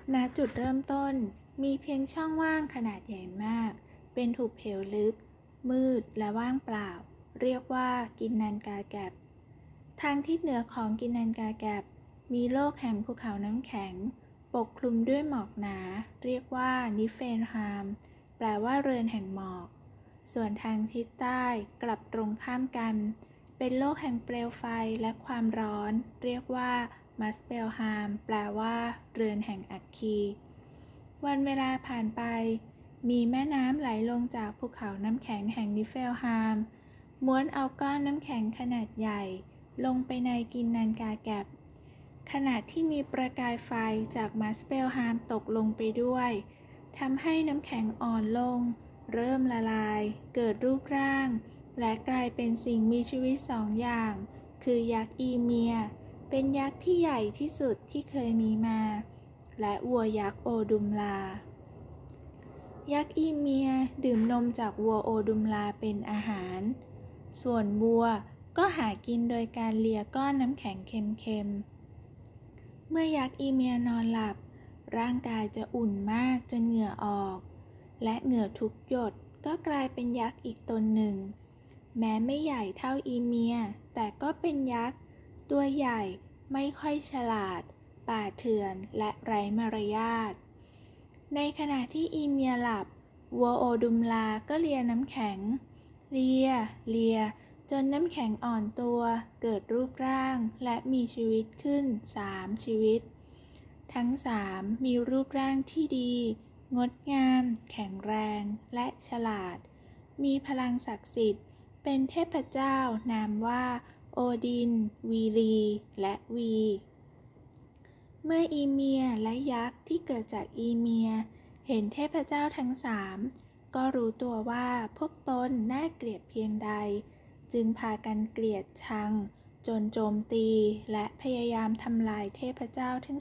ณจุดเริ่มต้นมีเพียงช่องว่างขนาดใหญ่มากเป็นหุบเหวลึกมืดและว่างเปล่าเรียกว่ากินนันกาแกบทางทิศเหนือของกินนันกาแกบมีโลกแห่งภูเขาน้ำแข็งปกคลุมด้วยหมอกหนาเรียกว่านิเฟนฮามแปลว่าเรือนแห่งหมอกส่วนทางทิศใต้กลับตรงข้ามกันเป็นโลกแห่งเปลวไฟและความร้อนเรียกว่ามัสเปลฮามแปลว่าเรือนแห่งอัคคีวันเวลาผ่านไปมีแม่น้ำไหลลงจากภูเขาน้ำแข็งแห่งนิเฟลฮามม้วนเอาก้อนน้ำแข็งขนาดใหญ่ลงไปในกินนันกาแกบขณะที่มีประกายไฟจากมัสเปลฮามตกลงไปด้วยทำให้น้ำแข็งอ่อนลงเริ่มละลายเกิดรูปร่างและกลายเป็นสิ่งมีชีวิตสองอย่างคือยักษ์อีเมียเป็นยักษ์ที่ใหญ่ที่สุดที่เคยมีมาและวัวยักษ์โอดุมลายักษ์อีเมียดื่มนมจากวัวโอดุมลาเป็นอาหารส่วนวัวก็หากินโดยการเลียก้อนน้ำแข็งเค็มๆเมื่อยักษ์อีเมียนอนหลับร่างกายจะอุ่นมากจนเหงื่อออกและเหงื่อทุกหยดก็กลายเป็นยักษ์อีกตนหนึ่งแม้ไม่ใหญ่เท่าอีเมียแต่ก็เป็นยักษ์ตัวใหญ่ไม่ค่อยฉลาดป่าเถื่อนและไร้มารยาทในขณะที่อีเมียหลับวัวโอดุมลาก็เลียน้ำแข็งเลียจนน้ำแข็งอ่อนตัวเกิดรูปร่างและมีชีวิตขึ้น3ชีวิตทั้ง3มีรูปร่างที่ดีงดงามแข็งแรงและฉลาดมีพลังศักดิ์สิทธิ์เป็นเทพเจ้านามว่าโอดินวีรีและวีเมื่ออีเมียและยักษ์ที่เกิดจากอีเมียเห็นเทพเจ้าทั้ง3ก็รู้ตัวว่าพวกตนน่าเกลียดเพียงใดจึงพากันเกลียดชังจนโจมตีและพยายามทำลายเทพเจ้าทั้ง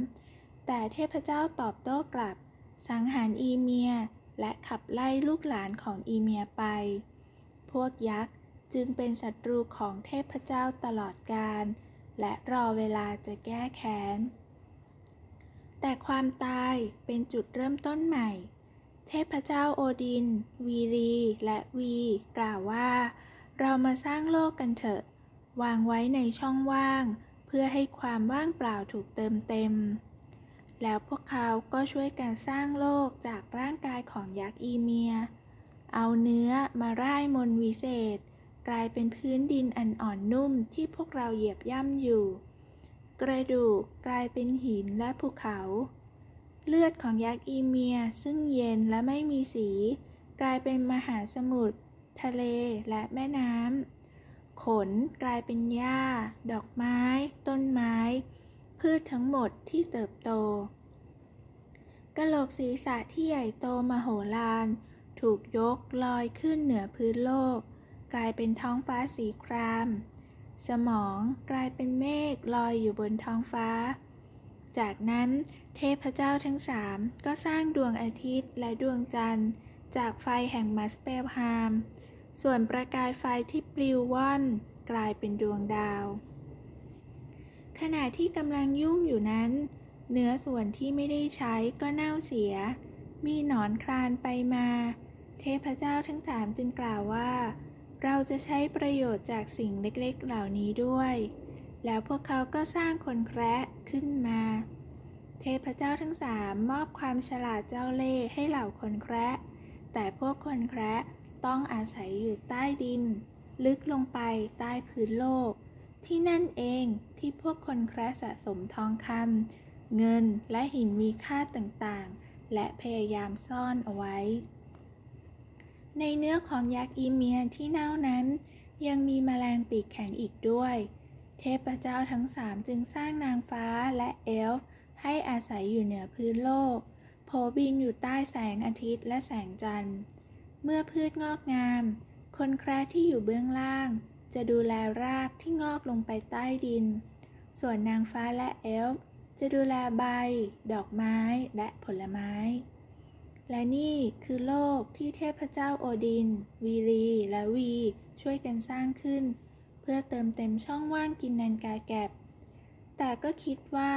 3แต่เทพเจ้าตอบโต้กลับสังหารอีเมียและขับไล่ลูกหลานของอีเมียไปพวกยักษ์จึงเป็นศัตรูของเทพเจ้าตลอดกาลและรอเวลาจะแก้แค้นแต่ความตายเป็นจุดเริ่มต้นใหม่เทพเจ้าโอดินวีรีและวีกล่าวว่าเรามาสร้างโลกกันเถอะวางไว้ในช่องว่างเพื่อให้ความว่างเปล่าถูกเติมเต็มแล้วพวกเขาก็ช่วยกันสร้างโลกจากร่างกายของยักษ์อีเมียเอาเนื้อมาร่ายมนต์วิเศษกลายเป็นพื้นดินอันอ่อนนุ่มที่พวกเราเหยียบย่ำอยู่กระดูกกลายเป็นหินและภูเขาเลือดของยักษ์อีเมียซึ่งเย็นและไม่มีสีกลายเป็นมหาสมุทรทะเลและแม่น้ำขนกลายเป็นหญ้าดอกไม้ต้นไม้พืชทั้งหมดที่เติบโตกะโหลกศีรษะที่ใหญ่โตมโหฬารถูกยกลอยขึ้นเหนือพื้นโลกกลายเป็นท้องฟ้าสีครามสมองกลายเป็นเมฆลอยอยู่บนท้องฟ้าจากนั้นเทพเจ้าทั้ง3ก็สร้างดวงอาทิตย์และดวงจันทร์จากไฟแห่งมัสเปลฮามส่วนประกายไฟที่ปลิวว่อนกลายเป็นดวงดาวขณะที่กำลังยุ่งอยู่นั้นเนื้อส่วนที่ไม่ได้ใช้ก็เน่าเสียมีหนอนคลานไปมาเทพเจ้าทั้ง3จึงกล่าวว่าเราจะใช้ประโยชน์จากสิ่งเล็กๆเหล่านี้ด้วยแล้วพวกเขาก็สร้างคนแคระขึ้นมาเทพเจ้าทั้ง3มอบความฉลาดเจ้าเล่ห์ให้เหล่าคนแคระแต่พวกคนแคระต้องอาศัยอยู่ใต้ดินลึกลงไปใต้พื้นโลกที่นั่นเองที่พวกคนแคระสะสมทองคำเงินและหินมีค่าต่างๆและพยายามซ่อนเอาไว้ในเนื้อของยักษ์อีเมียที่เน่านั้นยังมีแมลงปีกแข็งอีกด้วยเทพเจ้าทั้ง3จึงสร้างนางฟ้าและเอลฟ์ให้อาศัยอยู่เหนือพื้นโลกโผบินอยู่ใต้แสงอาทิตย์และแสงจันทร์เมื่อพืชงอกงามคนแคระที่อยู่เบื้องล่างจะดูแลรากที่งอกลงไปใต้ดินส่วนนางฟ้าและเอลฟ์จะดูแลใบดอกไม้และผลไม้และนี่คือโลกที่เทพเจ้าโอดินวีรีและวีช่วยกันสร้างขึ้นเพื่อเติมเต็มช่องว่างกินนันกาแกบแต่ก็คิดว่า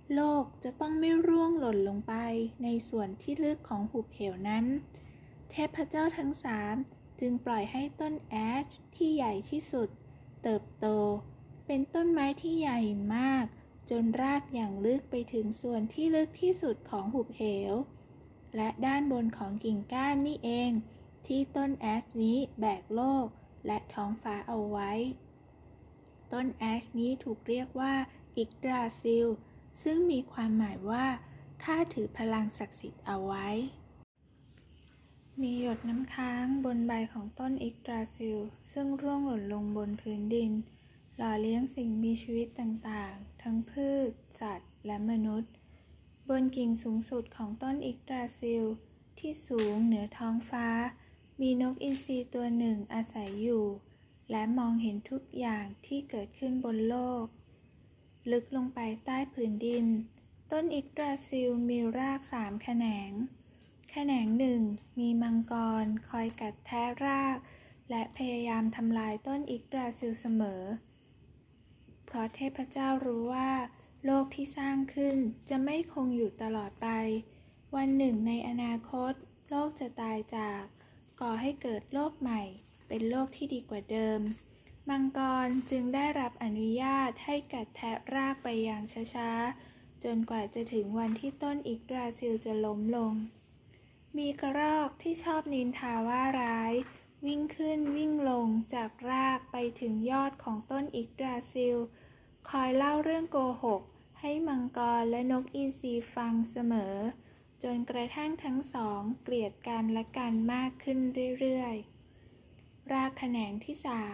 โลกจะต้องไม่ร่วงหล่นลงไปในส่วนที่ลึกของหุบเหวนั้นเทพเจ้าทั้งสามจึงปล่อยให้ต้นแอชที่ใหญ่ที่สุดเติบโตเป็นต้นไม้ที่ใหญ่มากจนรากอย่างลึกไปถึงส่วนที่ลึกที่สุดของหุบเหวและด้านบนของกิ่งก้านนี่เองที่ต้นแอชนี้แบกโลกและท้องฟ้าเอาไว้ต้นแอชนี้ถูกเรียกว่าอิกดราซิลซึ่งมีความหมายว่าข้าถือพลังศักดิ์สิทธิ์เอาไว้มีหยดน้ำค้างบนใบของต้นอิกดราซิลซึ่งร่วงหล่นลงบนพื้นดินหล่อเลี้ยงสิ่งมีชีวิตต่างๆทั้งพืชสัตว์และมนุษย์บนกิ่งสูงสุดของต้นอิกดราซิลที่สูงเหนือท้องฟ้ามีนกอินทรีตัวหนึ่งอาศัยอยู่และมองเห็นทุกอย่างที่เกิดขึ้นบนโลกลึกลงไปใต้ผืนดินต้นอิกดราซิลมีราก3 แขนงแขนงหนึ่งมีมังกรคอยกัดแทะรากและพยายามทำลายต้นอิกดราซิลเสมอเพราะเทพเจ้ารู้ว่าโลกที่สร้างขึ้นจะไม่คงอยู่ตลอดไปวันหนึ่งในอนาคตโลกจะตายจากก่อให้เกิดโลกใหม่เป็นโลกที่ดีกว่าเดิมมังกรจึงได้รับอนุญาตให้กัดแทะรากไปอย่างช้าๆจนกว่าจะถึงวันที่ต้นอิกดราซิลจะล้มลงมีกระรอกที่ชอบนินทาว่าร้ายวิ่งขึ้นวิ่งลงจากรากไปถึงยอดของต้นอิกดราซิลคอยเล่าเรื่องโกหกให้มังกรและนกอินทรีฟังเสมอจนกระทั่งทั้งสองเกลียดกันและกันมากขึ้นเรื่อยๆรากแขนงที่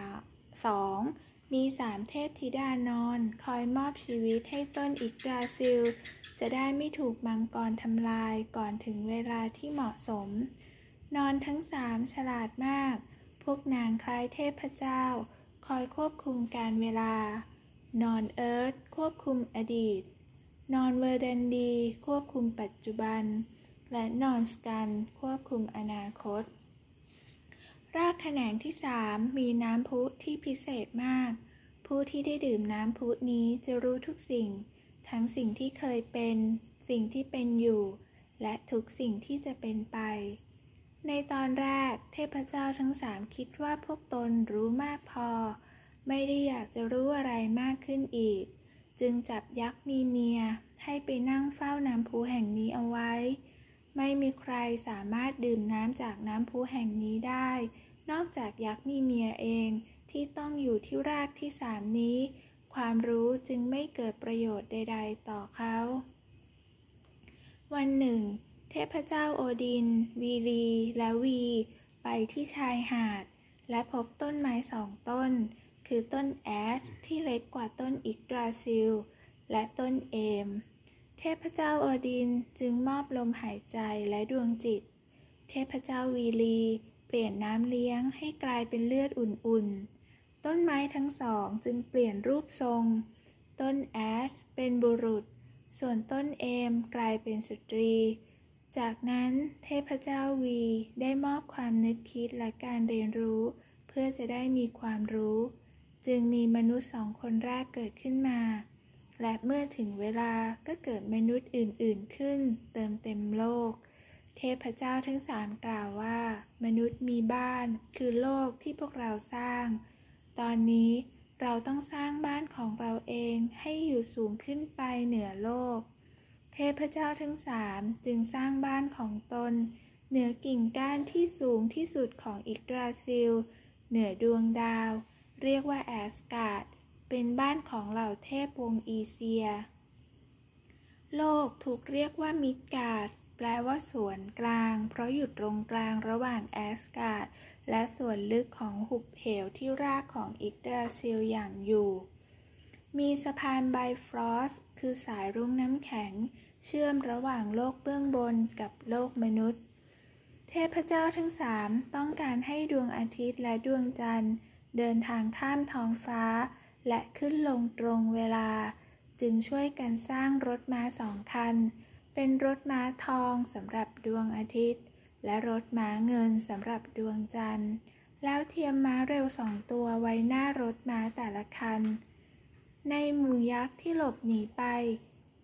2มี3 เทพธิดานอนคอยมอบชีวิตให้ต้นอิกดราซิลจะได้ไม่ถูกมังกรทำลายก่อนถึงเวลาที่เหมาะสมนอนทั้ง3ฉลาดมากพวกนางคล้ายเทพเจ้าคอยควบคุมกาลเวลานอนเอิร์ธควบคุมอดีตนอนเวอร์แดนดีควบคุมปัจจุบันและนอนสกันควบคุมอนาคตรากแขนงที่3มีน้ำพุที่พิเศษมากผู้ที่ได้ดื่มน้ำพุนี้จะรู้ทุกสิ่งทั้งสิ่งที่เคยเป็นสิ่งที่เป็นอยู่และทุกสิ่งที่จะเป็นไปในตอนแรกเทพเจ้าทั้ง3คิดว่าพวกตนรู้มากพอไม่ได้อยากจะรู้อะไรมากขึ้นอีกจึงจับยักษ์มีเมียให้ไปนั่งเฝ้าน้ำพุแห่งนี้เอาไว้ไม่มีใครสามารถดื่มน้ำจากน้ำพุแห่งนี้ได้นอกจากยักษ์มีเมียเองที่ต้องอยู่ที่รากที่3นี้ความรู้จึงไม่เกิดประโยชน์ใดๆต่อเขาวันหนึ่งเทพเจ้าโอดินวีรีและวีไปที่ชายหาดและพบต้นไม้2 ต้นคือต้นแอชที่เล็กกว่าต้นอิกดราซิลและต้นเอมเทพเจ้าโอดินจึงมอบลมหายใจและดวงจิตเทพเจ้าวีรีเปลี่ยนน้ำเลี้ยงให้กลายเป็นเลือดอุ่นๆต้นไม้ทั้ง2จึงเปลี่ยนรูปทรงต้นแอชเป็นบุรุษส่วนต้นเอมกลายเป็นสตรีจากนั้นเทพเจ้าวีได้มอบความนึกคิดและการเรียนรู้เพื่อจะได้มีความรู้จึงมีมนุษย์2 คนแรกเกิดขึ้นมาและเมื่อถึงเวลาก็เกิดมนุษย์อื่นๆขึ้นเติมเต็มโลกเทพเจ้าทั้ง3กล่าวว่ามนุษย์มีบ้านคือโลกที่พวกเราสร้างตอนนี้เราต้องสร้างบ้านของเราเองให้อยู่สูงขึ้นไปเหนือโลกเทพเจ้าทั้ง3จึงสร้างบ้านของตนเหนือกิ่งก้านที่สูงที่สุดของอิกดราซิลเหนือดวงดาวเรียกว่าแอสการ์ดเป็นบ้านของเหล่าเทพวงอีเซียโลกถูกเรียกว่ามิดการ์ดแปลว่าส่วนกลางเพราะอยู่ตรงกลางระหว่างแอสการ์ดและส่วนลึกของหุบเหวที่รากของอิกดราซิลอย่างอยู่มีสะพานไบฟรอสต์คือสายรุ้งน้ำแข็งเชื่อมระหว่างโลกเบื้องบนกับโลกมนุษย์เทพเจ้าทั้ง3ต้องการให้ดวงอาทิตย์และดวงจันทร์เดินทางข้ามท้องฟ้าและขึ้นลงตรงเวลาจึงช่วยกันสร้างรถม้า2 คันเป็นรถม้าทองสำหรับดวงอาทิตย์และรถม้าเงินสำหรับดวงจันทร์แล้วเทียมม้าเร็ว2 ตัวไว้หน้ารถม้าแต่ละคันในหมู่ยักษ์ที่หลบหนีไป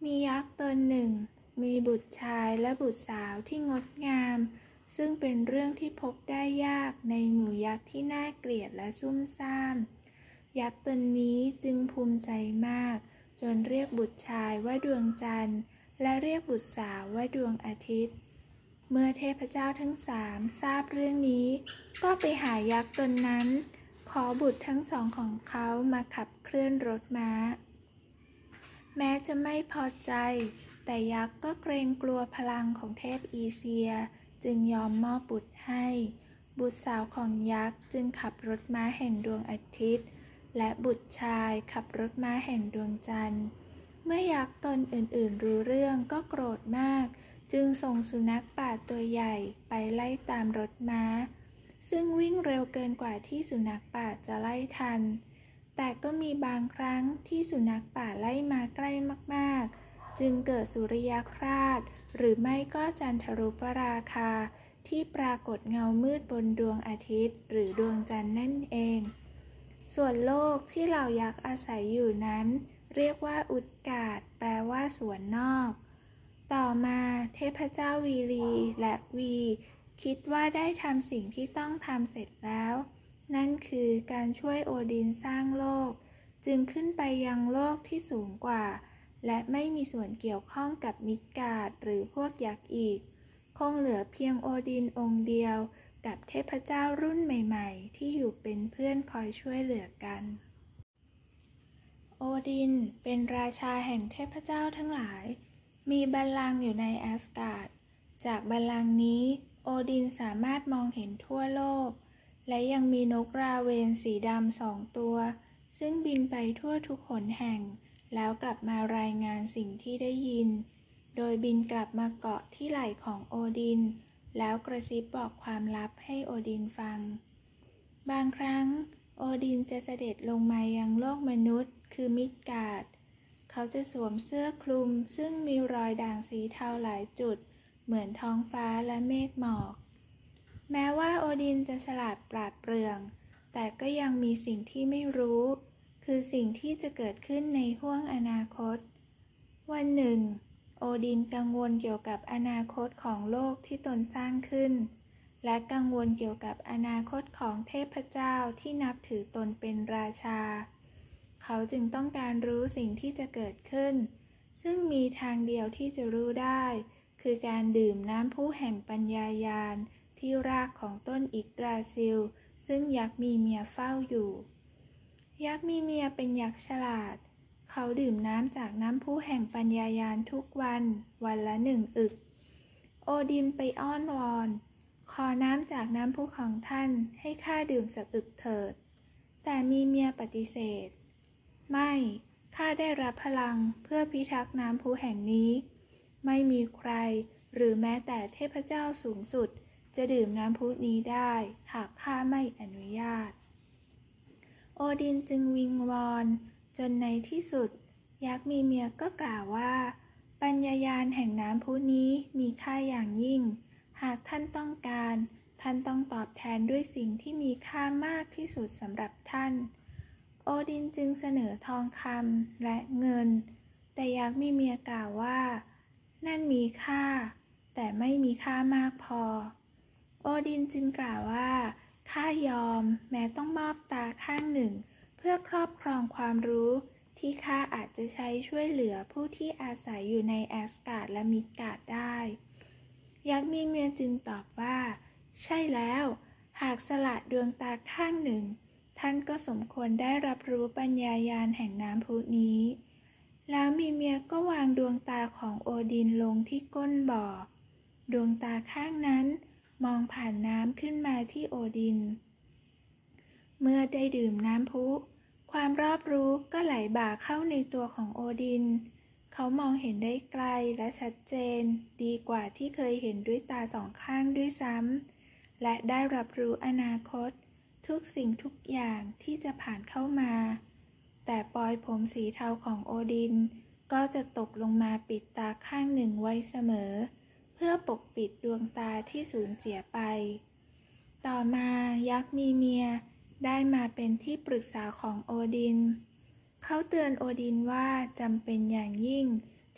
มียักษ์ตนหนึ่งมีบุตรชายและบุตรสาวที่งดงามซึ่งเป็นเรื่องที่พบได้ยากในหมู่ยักษ์ที่น่าเกลียดและซุ่มซ่ามยักษ์ตนนี้จึงภูมิใจมากจนเรียกบุตรชายว่าดวงจันทร์และเรียกบุตรสาวว่าดวงอาทิตย์เมื่อเทพเจ้าทั้งสามทราบเรื่องนี้ก็ไปหายักษ์ตนนั้นขอบุตรทั้งสองของเขามาขับเคลื่อนรถม้าแม้จะไม่พอใจแต่ยักษ์ก็เกรงกลัวพลังของเทพอีเซียจึงยอมมอบบุตรให้บุตรสาวของยักษ์จึงขับรถม้าแห่งดวงอาทิตย์และบุตรชายขับรถม้าแห่งดวงจันทร์เมื่อยักษ์ตนอื่นๆรู้เรื่องก็โกรธมากจึงส่งสุนัขป่าตัวใหญ่ไปไล่ตามรถม้าซึ่งวิ่งเร็วเกินกว่าที่สุนัขป่าจะไล่ทันแต่ก็มีบางครั้งที่สุนัขป่าไล่มาใกล้มากๆจึงเกิดสุริยคราสหรือไม่ก็จันทรุปราคาที่ปรากฏเงามืดบนดวงอาทิตย์หรือดวงจันทร์นั่นเองส่วนโลกที่เหล่ายักษ์อาศัยอยู่นั้นเรียกว่าอุดกาศแปลว่าสวนนอกต่อมาเทพเจ้าวีลีและวีคิดว่าได้ทำสิ่งที่ต้องทำเสร็จแล้วนั่นคือการช่วยโอดินสร้างโลกจึงขึ้นไปยังโลกที่สูงกว่าและไม่มีส่วนเกี่ยวข้องกับมิดการ์ดหรือพวกยักษ์อีกคงเหลือเพียงโอดินองค์เดียวกับเทพเจ้ารุ่นใหม่ๆที่อยู่เป็นเพื่อนคอยช่วยเหลือกันโอดินเป็นราชาแห่งเทพเจ้าทั้งหลายมีบัลลังก์อยู่ในแอสการ์ดจากบัลลังก์นี้โอดินสามารถมองเห็นทั่วโลกและยังมีนกราเวนสีดำ2 ตัวซึ่งบินไปทั่วทุกหนแห่งแล้วกลับมารายงานสิ่งที่ได้ยินโดยบินกลับมาเกาะที่ไหล่ของโอดินแล้วกระซิบบอกความลับให้โอดินฟังบางครั้งโอดินจะเสด็จลงมายังโลกมนุษย์คือมิดการ์ดเขาจะสวมเสื้อคลุมซึ่งมีรอยด่างสีเทาหลายจุดเหมือนท้องฟ้าและเมฆหมอกแม้ว่าโอดินจะฉลาดปราดเปรื่องแต่ก็ยังมีสิ่งที่ไม่รู้คือสิ่งที่จะเกิดขึ้นในห้วงอนาคตวันหนึ่งโอดินกังวลเกี่ยวกับอนาคตของโลกที่ตนสร้างขึ้นและกังวลเกี่ยวกับอนาคตของเทพเจ้าที่นับถือตนเป็นราชาเขาจึงต้องการรู้สิ่งที่จะเกิดขึ้นซึ่งมีทางเดียวที่จะรู้ได้คือการดื่มน้ำพุแห่งปัญญายาณที่รากของต้นอิกดราซิลซึ่งยักษ์มีเมียเฝ้าอยู่ยักษ์มีเมียเป็นยักษ์ฉลาดเขาดื่มน้ำจากน้ำพุแห่งปัญญายาณทุกวันละ1 อึกโอดินไปอ้อนวอนขอน้ำจากน้ำพุของท่านให้ข้าดื่มสักอึกเถิดแต่มีเมียปฏิเสธไม่ข้าได้รับพลังเพื่อพิทักษ์น้ำพุแห่งนี้ไม่มีใครหรือแม้แต่เทพเจ้าสูงสุดจะดื่มน้ำพุนี้ได้หากข้าไม่อนุญาตโอดินจึงวิงวอนจนในที่สุดยักษ์มีเมียก็กล่าวว่าปัญญายาณแห่งน้ำพุนี้มีค่าอย่างยิ่งหากท่านต้องการท่านต้องตอบแทนด้วยสิ่งที่มีค่ามากที่สุดสำหรับท่านโอดินจึงเสนอทองคำและเงินแต่ยักษ์มีเมียกล่าวว่านั่นมีค่าแต่ไม่มีค่ามากพอโอดินจึงกล่าวว่าข้ายอมแม้ต้องมอบตาข้างหนึ่งเพื่อครอบครองความรู้ที่ข้าอาจจะใช้ช่วยเหลือผู้ที่อาศัยอยู่ในแอสการ์ดและมิดการ์ดได้ยักษ์มีเมียจึงตอบว่าใช่แล้วหากสละดวงตาข้างหนึ่งท่านก็สมควรได้รับรู้ปัญญายาณแห่งน้ำพุนี้แล้วมีเมียก็วางดวงตาของโอดินลงที่ก้นบ่อดวงตาข้างนั้นมองผ่านน้ำขึ้นมาที่โอดินเมื่อได้ดื่มน้ำพุความรอบรู้ก็ไหลบ่าเข้าในตัวของโอดินเขามองเห็นได้ไกลและชัดเจนดีกว่าที่เคยเห็นด้วยตา2 ข้างด้วยซ้ำและได้รับรู้อนาคตทุกสิ่งทุกอย่างที่จะผ่านเข้ามาแต่ปลอยผมสีเทาของโอดินก็จะตกลงมาปิดตาข้างหนึ่งไว้เสมอเพื่อปกปิดดวงตาที่สูญเสียไปต่อมายักษ์มีเมียได้มาเป็นที่ปรึกษาของโอดินเขาเตือนโอดินว่าจำเป็นอย่างยิ่ง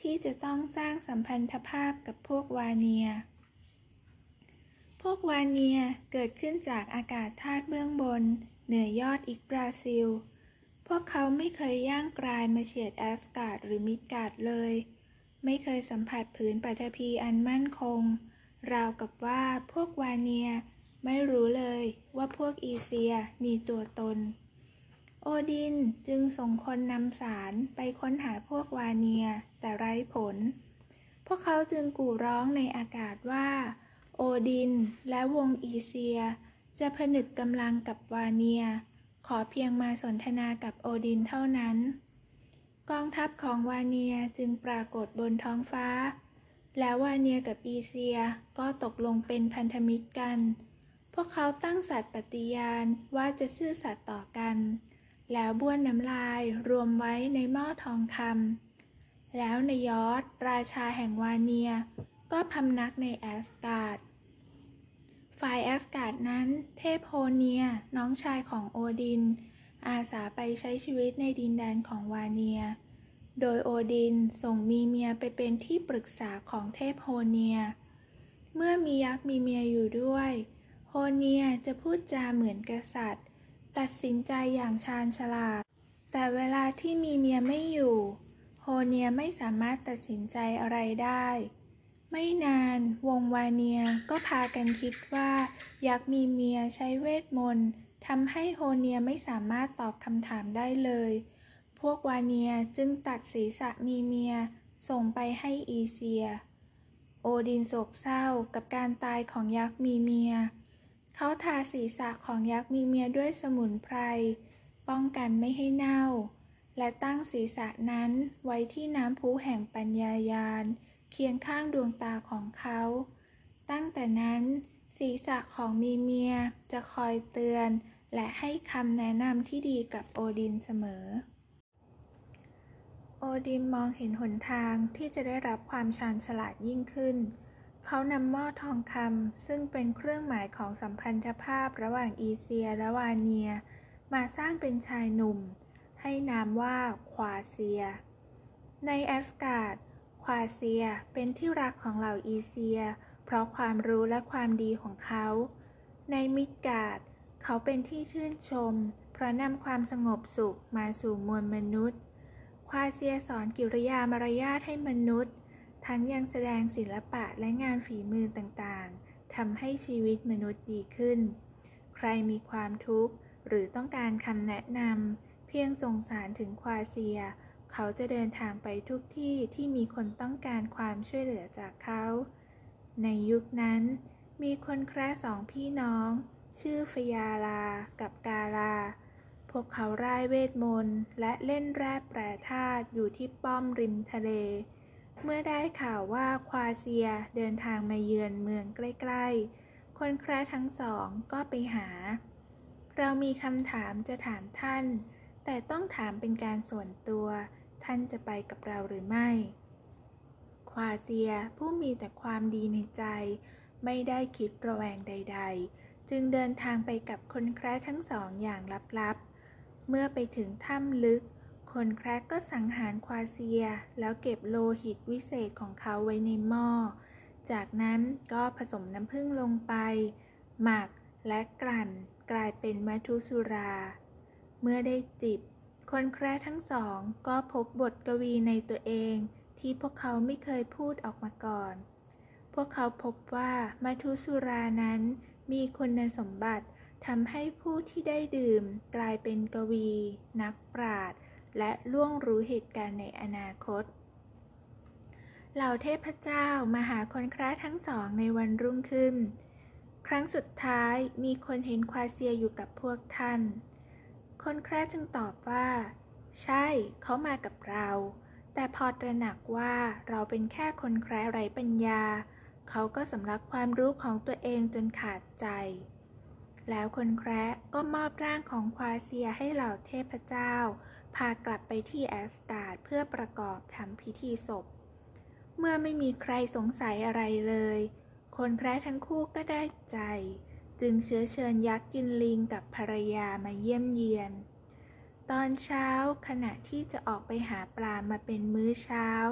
ที่จะต้องสร้างสัมพันธภาพกับพวกวาเนียเกิดขึ้นจากอากาศธาตุเบื้องบนเหนือยอดอิกบราซิลพวกเขาไม่เคยย่างกรายมาเฉียดแอสการ์ดหรือมิดการ์ดเลยไม่เคยสัมผัสผืนปฐพีอันมั่นคงราวกับว่าพวกวาเนียไม่รู้เลยว่าพวกอีเซียมีตัวตนโอดินจึงส่งคนนำสารไปค้นหาพวกวาเนียแต่ไร้ผลพวกเขาจึงกู่ร้องในอากาศว่าโอดินและวงอีเซียจะผนึกกำลังกับวาเนียขอเพียงมาสนทนากับโอดินเท่านั้นกองทัพของวาเนียจึงปรากฏบนท้องฟ้าแล้ววาเนียกับอีเซียก็ตกลงเป็นพันธมิตรกันพวกเขาตั้งสัตย์ปฏิญาณว่าจะซื่อสัตย์ต่อกันแล้วบ้วนน้ำลายรวมไว้ในหม้อทองคำแล้วนยอร์ราชาแห่งวาเนียก็พำนักในแอสการ์ดฝ่ายแอสการ์ดนั้นเทพโฮเนียน้องชายของโอดินอาสาไปใช้ชีวิตในดินแดนของวาเนียโดยโอดินส่งมีเมียไปเป็นที่ปรึกษาของเทพโฮเนียเมื่อมียักษ์มีเมียอยู่ด้วยโฮเนียจะพูดจาเหมือนกษัตริย์ตัดสินใจอย่างชาญฉลาดแต่เวลาที่มีเมียไม่อยู่โฮเนียไม่สามารถตัดสินใจอะไรได้ไม่นานวงวาเนียก็พากันคิดว่ายักษ์มีเมียใช้เวทมนต์ทำให้โฮเนียไม่สามารถตอบคำถามได้เลยพวกวาเนียจึงตัดศีรษะมีเมียส่งไปให้อีเซียโอดินโศกเศร้ากับการตายของยักษ์มีเมียเขาทาศีรษะของยักษ์มีเมียด้วยสมุนไพรป้องกันไม่ให้เน่าและตั้งศีรษะนั้นไว้ที่น้ำพุแห่งปัญญายาณเคียงข้างดวงตาของเขาตั้งแต่นั้นศีรษะของมีเมียจะคอยเตือนและให้คำแนะนำที่ดีกับโอดินเสมอโอดินมองเห็นหนทางที่จะได้รับความชาญฉลาดยิ่งขึ้นเขานำหม้อทองคำซึ่งเป็นเครื่องหมายของสัมพันธภาพระหว่างอีเซียและวาเนียมาสร้างเป็นชายหนุ่มให้นามว่าควาเซียในแอสการ์ดควาเซียเป็นที่รักของเหล่าอีเซียเพราะความรู้และความดีของเขาในมิดการ์ดเขาเป็นที่ชื่นชมเพราะนำความสงบสุขมาสู่มวลมนุษย์ควาเซียสอนกิริยามารยาทให้มนุษย์ทั้งยังแสดงศิลปะและงานฝีมือต่างๆทำให้ชีวิตมนุษย์ดีขึ้นใครมีความทุกข์หรือต้องการคำแนะนำเพียงส่งสารถึงควาเซียเขาจะเดินทางไปทุกที่ที่มีคนต้องการความช่วยเหลือจากเขาในยุคนั้นมีคนแคระสองพี่น้องชื่อฟยาลากับกาลาพวกเขาร่ายเวทมนต์และเล่นแร่แปรธาตุอยู่ที่ป้อมริมทะเลเมื่อได้ข่าวว่าควาเซียเดินทางมาเยือนเมืองใกล้ๆคนแคระทั้งสองก็ไปหาเรามีคำถามจะถามท่านแต่ต้องถามเป็นการส่วนตัวท่านจะไปกับเราหรือไม่ควาเซียผู้มีแต่ความดีในใจไม่ได้คิดระแวงใดๆจึงเดินทางไปกับคนแคระทั้งสองอย่างลับๆเมื่อไปถึงถ้ำลึกคนแคระก็สังหารควาเซียแล้วเก็บโลหิตวิเศษของเขาไว้ในหม้อจากนั้นก็ผสมน้ำผึ้งลงไปหมักและกลั่นกลายเป็นมัทุสุราเมื่อได้จิบคนแคระทั้งสองก็พบบทกวีในตัวเองที่พวกเขาไม่เคยพูดออกมาก่อนพวกเขาพบว่ามัทุสุรานั้นมีคุณสมบัติทำให้ผู้ที่ได้ดื่มกลายเป็นกวีนักปราชญ์และล่วงรู้เหตุการณ์ในอนาคตเหล่าเทพเจ้ามาหาคนแคระทั้งสองในวันรุ่งขึ้นครั้งสุดท้ายมีคนเห็นควาเซียอยู่กับพวกท่านคนแคระจึงตอบว่าใช่เขามากับเราแต่พอตระหนักว่าเราเป็นแค่คนแคระไร้ปัญญาเขาก็สำลักความรู้ของตัวเองจนขาดใจแล้วคนแคระก็มอบร่างของควาเซียให้เหล่าเทพเจ้าพากลับไปที่แอสการ์ดเพื่อประกอบทำพิธีศพเมื่อไม่มีใครสงสัยอะไรเลยคนแคระทั้งคู่ก็ได้ใจจึงเชื้อเชิญยักษ์กินลิงกับภรรยามาเยี่ยมเยียนตอนเช้าขณะที่จะออกไปหาปลามาเป็นมื้อเช้า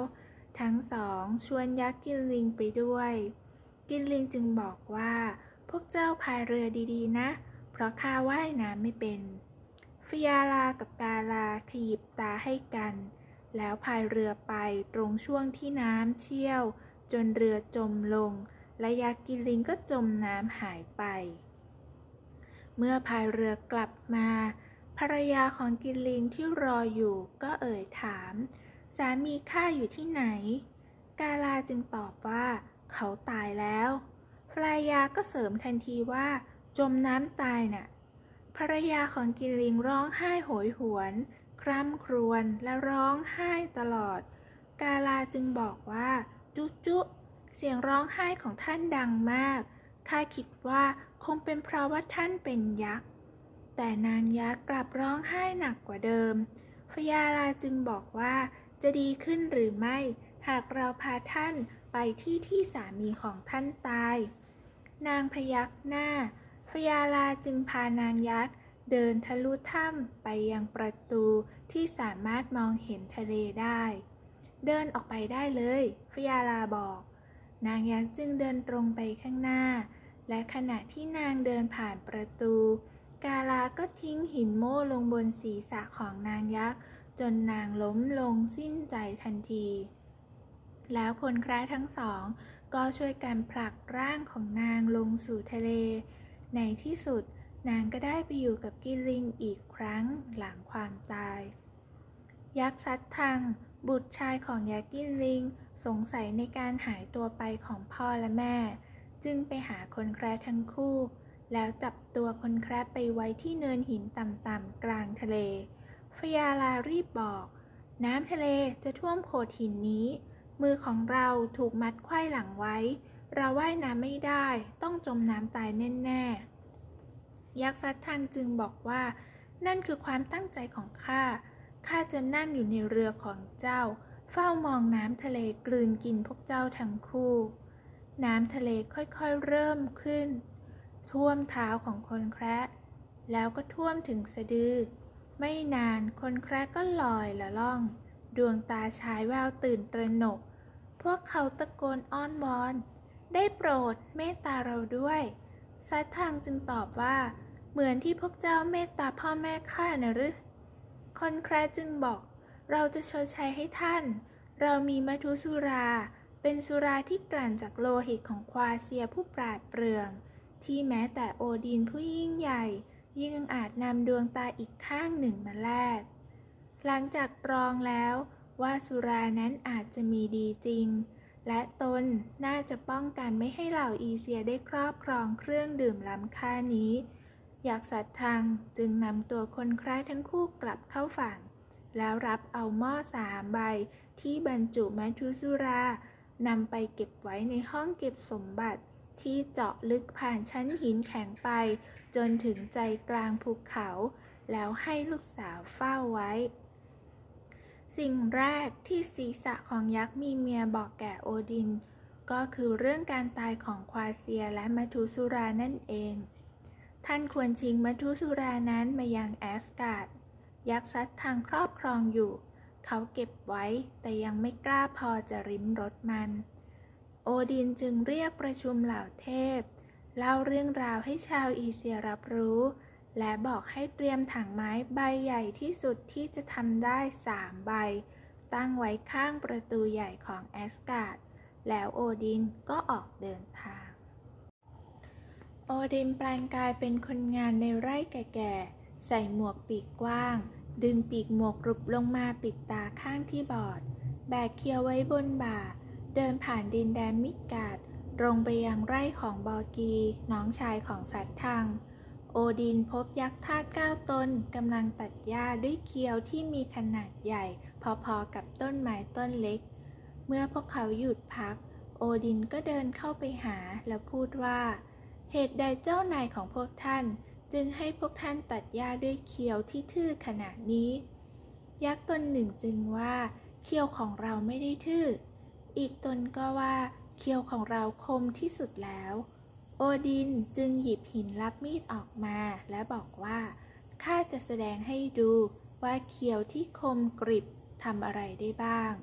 ทั้งสองชวนยักษ์กินลิงไปด้วยกินลิงจึงบอกว่าพวกเจ้าพายเรือดีๆนะเพราะข้าว่ายน้ำไม่เป็นฟยาลากับกาลาขยิบตาให้กันแล้วพายเรือไปตรงช่วงที่น้ำเชี่ยวจนเรือจมลงและยักษ์กินลิงก็จมน้ำหายไปเมื่อพายเรือกลับมาภรรยาของกินลิงที่รออยู่ก็เอ่ยถามสามีข้าอยู่ที่ไหนกาลาจึงตอบว่าเขาตายแล้วภรรยาก็เสริมทันทีว่าจมน้ำตายน่ะภรรยาของกินลิงร้องไห้โหยหวนคร่ำครวญและร้องไห้ตลอดกาลาจึงบอกว่าจุจุเสียงร้องไห้ของท่านดังมากข้าคิดว่าคงเป็นเพราะว่าท่านเป็นยักษ์แต่นางยักษ์กลับร้องไห้หนักกว่าเดิมฟยาลาจึงบอกว่าจะดีขึ้นหรือไม่หากเราพาท่านไปที่สามีของท่านตายนางพยักหน้าฟยาลาจึงพานางยักษ์เดินทะลุถ้ำไปยังประตูที่สามารถมองเห็นทะเลได้เดินออกไปได้เลยฟยาลาบอกนางยักษ์จึงเดินตรงไปข้างหน้าและขณะที่นางเดินผ่านประตูกาลาก็ทิ้งหินโม่ลงบนศีรษะของนางยักษ์จนนางล้มลงสิ้นใจทันทีแล้วคนแคระทั้งสองก็ช่วยกันผลักร่างของนางลงสู่ทะเลในที่สุดนางก็ได้ไปอยู่กับกินลิงอีกครั้งหลังความตายยักษ์ซัดทังบุตรชายของยักษ์กินลิงสงสัยในการหายตัวไปของพ่อและแม่จึงไปหาคนแคระทั้งคู่แล้วจับตัวคนแคระไปไว้ที่เนินหินต่ำๆกลางทะเลฟยาลารีบบอกน้ำทะเลจะท่วมโขดหินนี้มือของเราถูกมัดไขว้หลังไว้เราว่ายน้ำไม่ได้ต้องจมน้ำตายแน่ๆยักษ์ซัดทังจึงบอกว่านั่นคือความตั้งใจของข้าจะนั่งอยู่ในเรือของเจ้าเฝ้ามองน้ำทะเลกลืนกินพวกเจ้าทั้งคู่น้ำทะเลค่อยๆเริ่มขึ้นท่วมเท้าของคนแคระแล้วก็ท่วมถึงสะดือไม่นานคนแคระก็ลอยละล่องดวงตาฉายแววตื่นตระหนกพวกเขาตะโกนอ้อนวอนได้โปรดเมตตาเราด้วยซัดทังจึงตอบว่าเหมือนที่พวกเจ้าเมตตาพ่อแม่ข้านะหรือคนแคระจึงบอกเราจะชดใช้ให้ท่านเรามีมัทุสุราเป็นสุราที่กลั่นจากโลหิตของควาเซียผู้ปราดเปรื่องที่แม้แต่โอดินผู้ยิ่งใหญ่ยังอาจนำดวงตาอีกข้างหนึ่งมาแลกหลังจากตรองแล้วว่าสุรานั้นอาจจะมีดีจริงและตนน่าจะป้องกันไม่ให้เหล่าอีเซียได้ครอบครองเครื่องดื่มล้ำค่านี้ยักษ์ซัดทังจึงนำตัวคนแคระทั้งคู่กลับเข้าฝั่งแล้วรับเอาหม้อ3 ใบที่บรรจุมัทุสุรานำไปเก็บไว้ในห้องเก็บสมบัติที่เจาะลึกผ่านชั้นหินแข็งไปจนถึงใจกลางภูเขาแล้วให้ลูกสาวเฝ้าไว้สิ่งแรกที่ศีรษะของยักษ์มีเมียบอกแก่โอดินก็คือเรื่องการตายของควาเซียและมัทุสุรานั่นเองท่านควรชิงมัทุสุรานั้นมายังแอสการ์ดยักษ์ซัดทังครอบครองอยู่เขาเก็บไว้แต่ยังไม่กล้าพอจะริมรสมันโอดินจึงเรียกประชุมเหล่าเทพเล่าเรื่องราวให้ชาวอีเซียรับรู้และบอกให้เตรียมถังไม้ใบใหญ่ที่สุดที่จะทำได้3 ใบตั้งไว้ข้างประตูใหญ่ของแอสการ์ดแล้วโอดินก็ออกเดินทางโอดินแปลงกายเป็นคนงานในไร่แก่ๆใส่หมวกปีกกว้างดึงปีกหมวกรุบลงมาปิดตาข้างที่บอดแบกเคียวไว้บนบ่าเดินผ่านดินแดนมิดการ์ดตรงไปยังไร่ของบอกีน้องชายของซัดทังโอดินพบยักษ์ทาส9 ตนกำลังตัดหญ้าด้วยเคียวที่มีขนาดใหญ่พอๆกับต้นไม้ต้นเล็กเมื่อพวกเขาหยุดพักโอดินก็เดินเข้าไปหาแล้วพูดว่าเหตุใดเจ้านายของพวกท่านจึงให้พวกท่านตัดหญ้าด้วยเคียวที่ทื่อขนาดนี้ยักษ์ตนหนึ่งจึงว่าเคียวของเราไม่ได้ทื่ออีกตนก็ว่าเคียวของเราคมที่สุดแล้วโอดินจึงหยิบหินรับมีดออกมาและบอกว่าข้าจะแสดงให้ดูว่าเคียวที่คมกริบทำอะไรได้บ้าง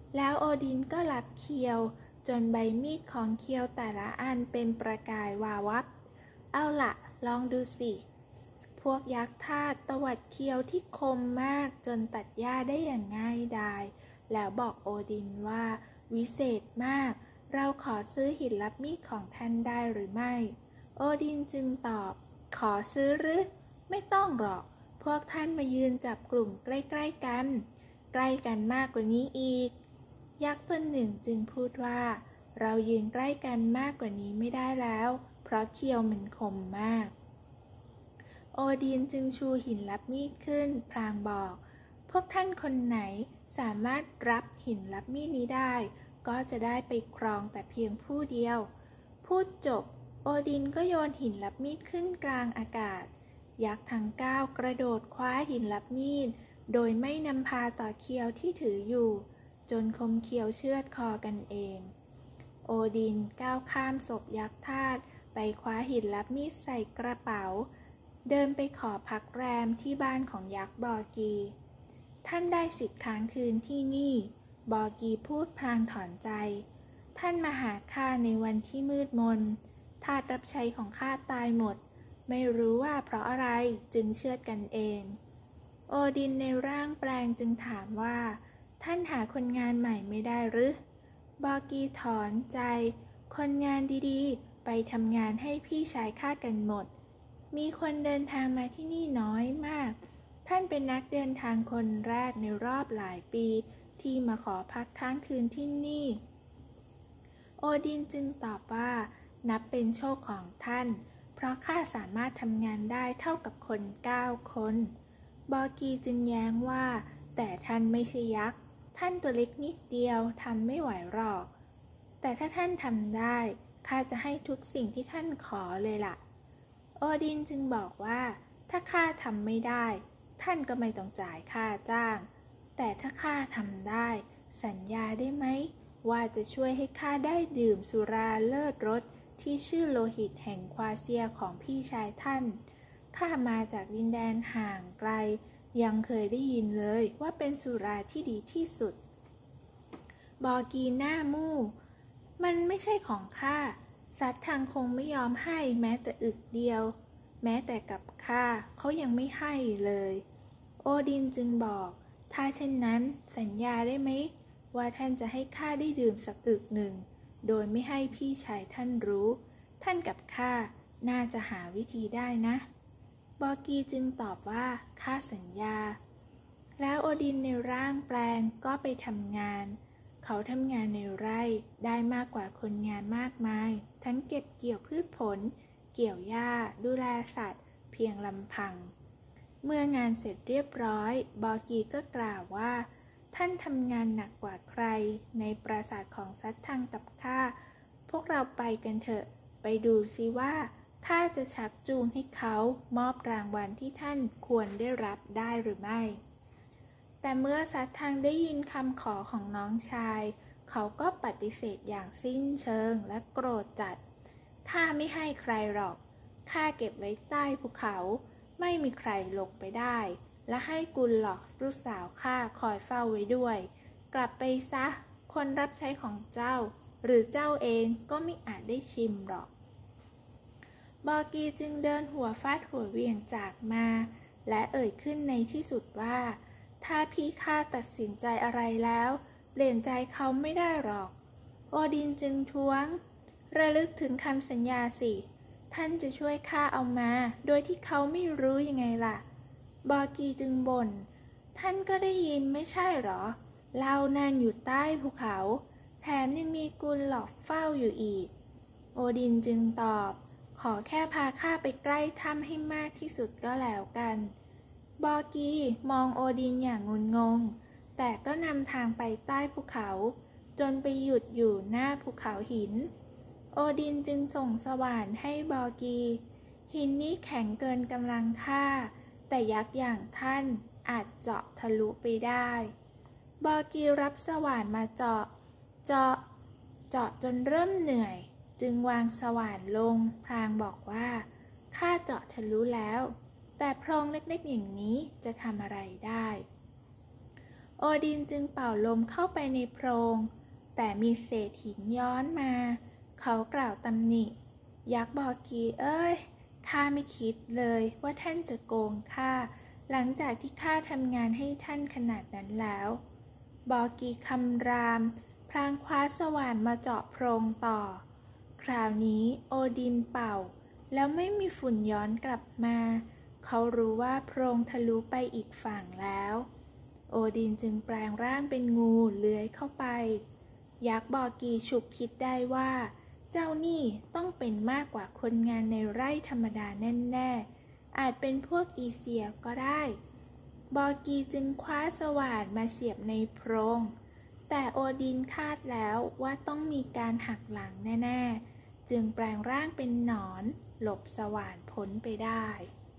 แล้วโอดินก็รับเคียวจนใบมีดของเคียวแต่ละอันเป็นประกายวาวับเอาล่ะลองดูสิพวกยักษ์ทาสตวัดเคียวที่คมมากจนตัดหญ้าได้อย่างง่ายดายแล้วบอกโอดินว่าวิเศษมากเราขอซื้อหินรับมีดของท่านได้หรือไม่โอดินจึงตอบขอซื้อหรือไม่ต้องหรอกพวกท่านมายืนจับกลุ่มใกล้ๆกันใกล้กันมากกว่านี้อีกยักษ์ตนหนึ่งจึงพูดว่าเรายืนใกล้กันมากกว่านี้ไม่ได้แล้วเพราะเคียวมันคมมากโอดินจึงชูหินรับมีดขึ้นพลางบอกพวกท่านคนไหนสามารถรับหินรับมีดนี้ได้ก็จะได้ไปครองแต่เพียงผู้เดียวพูดจบโอดินก็โยนหินรับมีดขึ้นกลางอากาศยักษ์ทั้ง9กระโดดคว้าหินรับมีดโดยไม่นำพาต่อเคียวที่ถืออยู่จนคมเคียวเชือดคอกันเองโอดินก้าวข้ามศพยักษ์ทาสไปคว้าหินรับมีดใส่กระเป๋าเดินไปขอพักแรมที่บ้านของยักษ์บอร์กีท่านได้สิทธิ์ค้างคืนที่นี่บอร์กีพูดพลางถอนใจท่านมาหาข้าในวันที่มืดมนทาสรับใช้ของข้าตายหมดไม่รู้ว่าเพราะอะไรจึงเชือดกันเองโอดินในร่างแปลงจึงถามว่าท่านหาคนงานใหม่ไม่ได้หรือบอร์กีถอนใจคนงานดีๆไปทำงานให้พี่ชายข้ากันหมดมีคนเดินทางมาที่นี่น้อยมากท่านเป็นนักเดินทางคนแรกในรอบหลายปีที่มาขอพักค้างคืนที่นี่โอดินจึงตอบว่านับเป็นโชคของท่านเพราะข้าสามารถทำงานได้เท่ากับคน9 คนบอร์กีจึงแย้งว่าแต่ท่านไม่ใช่ยักษ์ท่านตัวเล็กนิดเดียวทำไม่ไหวหรอกแต่ถ้าท่านทำได้ข้าจะให้ทุกสิ่งที่ท่านขอเลยล่ะโอดินจึงบอกว่าถ้าข้าทำไม่ได้ท่านก็ไม่ต้องจ่ายค่าจ้างแต่ถ้าข้าทำได้สัญญาได้ไหมว่าจะช่วยให้ข้าได้ดื่มสุราเลิศรสที่ชื่อโลหิตแห่งควาเซียของพี่ชายท่านข้ามาจากดินแดนห่างไกลยังเคยได้ยินเลยว่าเป็นสุราที่ดีที่สุดบอกีหน้ามู่มันไม่ใช่ของข้าสัตว์ทางคงไม่ยอมให้แม้แต่อึกเดียวแม้แต่กับข้าเขายังไม่ให้เลยโอดินจึงบอกถ้าเช่นนั้นสัญญาได้ไหมว่าท่านจะให้ข้าได้ดื่มสักอึกหนึ่งโดยไม่ให้พี่ชายท่านรู้ท่านกับข้าน่าจะหาวิธีได้นะบอกีจึงตอบว่าข้าสัญญาแล้วโอดินในร่างแปลงก็ไปทำงานเขาทำงานในไร่ได้มากกว่าคนงานมากมายทั้งเก็บเกี่ยวพืชผลเกี่ยวหญ้าดูแลสัตว์เพียงลำพังเมื่องานเสร็จเรียบร้อยบอกีก็กล่าวว่าท่านทำงานหนักกว่าใครในปราสาทของซัตทังกับข้าพวกเราไปกันเถอะไปดูซิว่าข้าจะชักจูงให้เขามอบรางวัลที่ท่านควรได้รับได้หรือไม่แต่เมื่อซัตทังได้ยินคำขอของน้องชายเขาก็ปฏิเสธอย่างสิ้นเชิงและโกรธจัดข้าไม่ให้ใครหรอกข้าเก็บไว้ใต้ภูเขาไม่มีใครลงไปได้และให้กุลหลอกลูกสาวข้าคอยเฝ้าไว้ด้วยกลับไปซะคนรับใช้ของเจ้าหรือเจ้าเองก็ไม่อาจได้ชิมหรอกบอกีจึงเดินหัวฟาดหัวเหวี่ยงจากมาและเอ่ยขึ้นในที่สุดว่าถ้าพี่ข้าตัดสินใจอะไรแล้วเปลี่ยนใจเขาไม่ได้หรอกโอดินจึงท้วงระลึกถึงคำสัญญาสิท่านจะช่วยข้าเอามาโดยที่เขาไม่รู้ยังไงล่ะบอกีจึงบ่นท่านก็ได้ยินไม่ใช่หรอเรานั่นอยู่ใต้ภูเขาแถมยังมีกุลหลอกเฝ้าอยู่อีกโอดินจึงตอบขอแค่พาข้าไปใกล้ถ้ำให้มากที่สุดก็แล้วกันบอกีมองโอดินอย่างงุนงงแต่ก็นำทางไปใต้ภูเขาจนไปหยุดอยู่หน้าภูเขาหินโอดินจึงส่งสว่านให้บอกีหินนี้แข็งเกินกำลังข้าแต่ยักษ์อย่างท่านอาจเจาะทะลุไปได้บอกีรับสว่านมาเจาะจนเริ่มเหนื่อยจึงวางสว่านลงพลางบอกว่าข้าเจาะทะลุแล้วแต่โพรงเล็กๆอย่างนี้จะทำอะไรได้โอดินจึงเป่าลมเข้าไปในโพรงแต่มีเศษหินย้อนมาเขากล่าวตำหนิยักษ์บอกีเอ้ยข้าไม่คิดเลยว่าท่านจะโกงข้าหลังจากที่ข้าทำงานให้ท่านขนาดนั้นแล้วบอกีคำรามพลางคว้าสว่านมาเจาะโพรงต่อคราวนี้โอดินเป่าแล้วไม่มีฝุ่นย้อนกลับมาเขารู้ว่าโพรงทะลุไปอีกฝั่งแล้วโอดินจึงแปลงร่างเป็นงูเลื้อยเข้าไปยักษ์บอกีฉุกคิดได้ว่าเจ้านี่ต้องเป็นมากกว่าคนงานในไร่ธรรมดาแน่ๆอาจเป็นพวกอีเซียก็ได้บอกีจึงคว้าสว่านมาเสียบในโพรงแต่โอดินคาดแล้วว่าต้องมีการหักหลังแน่ๆจึงแปลงร่างเป็นหนอนหลบสว่านพ้นไปได้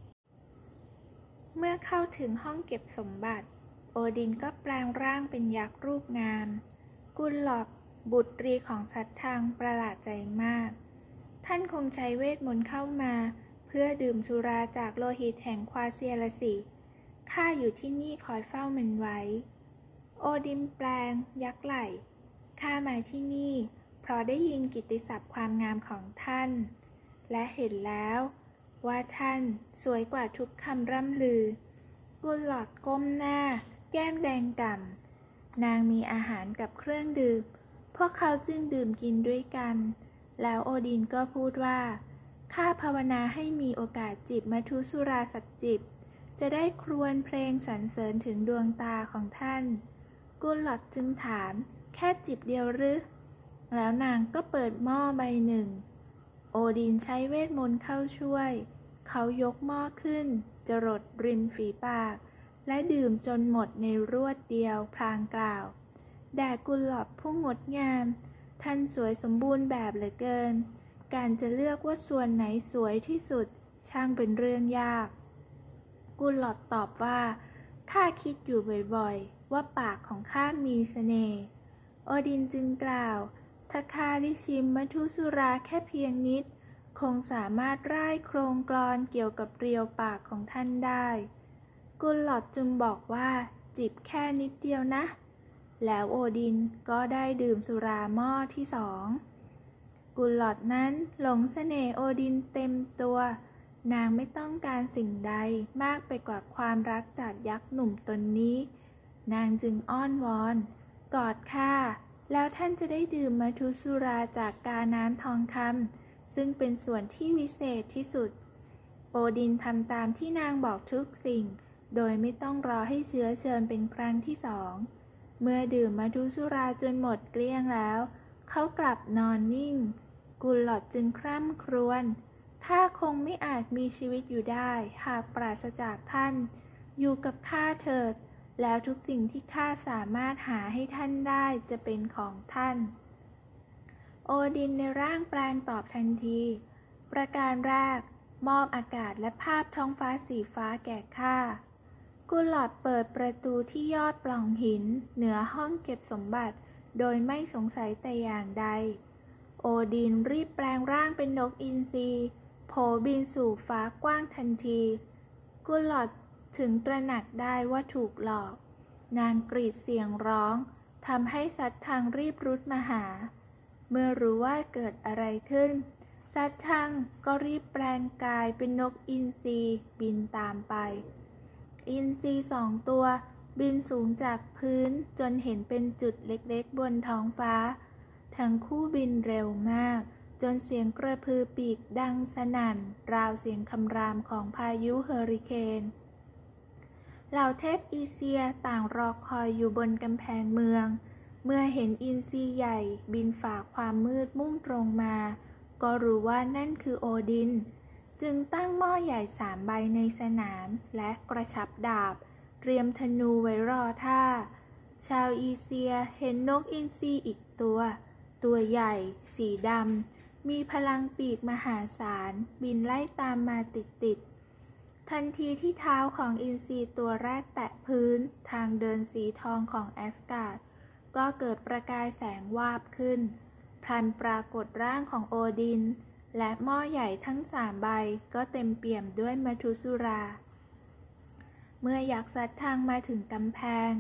เมื่อเข้าถึงห้องเก็บสมบัติโอดินก็แปลงร่างเป็นยักษ์รูปงามกุลล็อกบุตรีของสัตทังประหลาดใจมากท่านคงใช้เวทมนต์เข้ามาเพื่อดื่มสุราจากโลหิตแห่งควาเซียละสิข้าอยู่ที่นี่คอยเฝ้ามันไว้โอดินแปลงยักษ์ไหล่ข้ามาที่นี่เพราะได้ยินกิตติศัพท์ความงามของท่านและเห็นแล้วว่าท่านสวยกว่าทุกคำร่ำลือกุลล็อกก้มหน้าแก้มแดงก่ำนางมีอาหารกับเครื่องดื่มพวกเขาจึงดื่มกินด้วยกันแล้วโอดินก็พูดว่าข้าภาวนาให้มีโอกาสจิบมัทุสุราสักจิบจะได้ครวญเพลงสรรเสริญถึงดวงตาของท่านกุลล็อกจึงถามแค่จิบเดียวหรือแล้วนางก็เปิดหม้อใบหนึ่งโอดินใช้เวทมนต์เข้าช่วยเขายกหม้อขึ้นจรดริมฝีปากและดื่มจนหมดในรวดเดียวพลางกล่าวแด่กุลล็อกผู้งดงามท่านสวยสมบูรณ์แบบเหลือเกินการจะเลือกว่าส่วนไหนสวยที่สุดช่างเป็นเรื่องยากกุลล็อกตอบว่าข้าคิดอยู่บ่อยๆว่าปากของข้ามีเสน่ห์โอดินจึงกล่าวถ้าข้าได้ชิมมัทุสุราแค่เพียงนิดคงสามารถร่ายโครงกลอนเกี่ยวกับเรียวปากของท่านได้กุลล็อกจึงบอกว่าจิบแค่นิดเดียวนะแล้วโอดินก็ได้ดื่มสุราหม้อที่สองกุลล็อกนั้นหลงเสน่ห์โอดินเต็มตัวนางไม่ต้องการสิ่งใดมากไปกว่าความรักจากยักษ์หนุ่มตนนี้นางจึงอ้อนวอนกอดข้าแล้วท่านจะได้ดื่มมัทุสุราจากกาน้ำทองคำซึ่งเป็นส่วนที่วิเศษที่สุดโอดินทำตามที่นางบอกทุกสิ่งโดยไม่ต้องรอให้เชื้อเชิญเป็นครั้งที่สองเมื่อดื่มมัทุสุราจนหมดเกลี้ยงแล้วเขากลับนอนนิ่งกุลล็อกจึงคร่ำครวญข้าคงไม่อาจมีชีวิตอยู่ได้หากปราศจากท่านอยู่กับข้าเถิดแล้วทุกสิ่งที่ข้าสามารถหาให้ท่านได้จะเป็นของท่านโอดินในร่างแปลงตอบทันทีประการแรกมอบอากาศและภาพท้องฟ้าสีฟ้าแก่ข้ากุลล็อกเปิดประตูที่ยอดปล่องหินเหนือห้องเก็บสมบัติโดยไม่สงสัยแต่อย่างใดโอดินรีบแปลงร่างเป็นนกอินทรีโผบินสู่ฟ้ากว้างทันทีกุลล็อกถึงตระหนักได้ว่าถูกหลอกนางกรีดเสียงร้องทำให้สัตทังรีบรุดมาหาเมื่อรู้ว่าเกิดอะไรขึ้นสัตทังก็รีบแปลงกายเป็นนกอินทรีบินตามไปอินทรีสองตัวบินสูงจากพื้นจนเห็นเป็นจุดเล็กๆบนท้องฟ้าทั้งคู่บินเร็วมากจนเสียงกระพือปีกดังสนั่นราวเสียงคำรามของพายุเฮอริเคนเหล่าเทพอีเซียต่างรอคอยอยู่บนกำแพงเมืองเมื่อเห็นอินทรีใหญ่บินฝ่าความมืดมุ่งตรงมาก็รู้ว่านั่นคือโอดินจึงตั้งหม้อใหญ่3 ใบในสนามและกระชับดาบเตรียมธนูไว้รอท่าชาวอีเซียเห็นนกอินทรีอีกตัวใหญ่สีดำมีพลังปีกมหาศาลบินไล่ตามมาติดทันทีที่เท้าของอินทรีตัวแรกแตะพื้นทางเดินสีทองของแอสการ์ดก็เกิดประกายแสงวาบขึ้นพลันปรากฏร่างของโอดินและหม้อใหญ่ทั้ง3 ใบก็เต็มเปี่ยมด้วยมัทุสุราเมื่อยักษ์สัตทังมาถึงกำแพง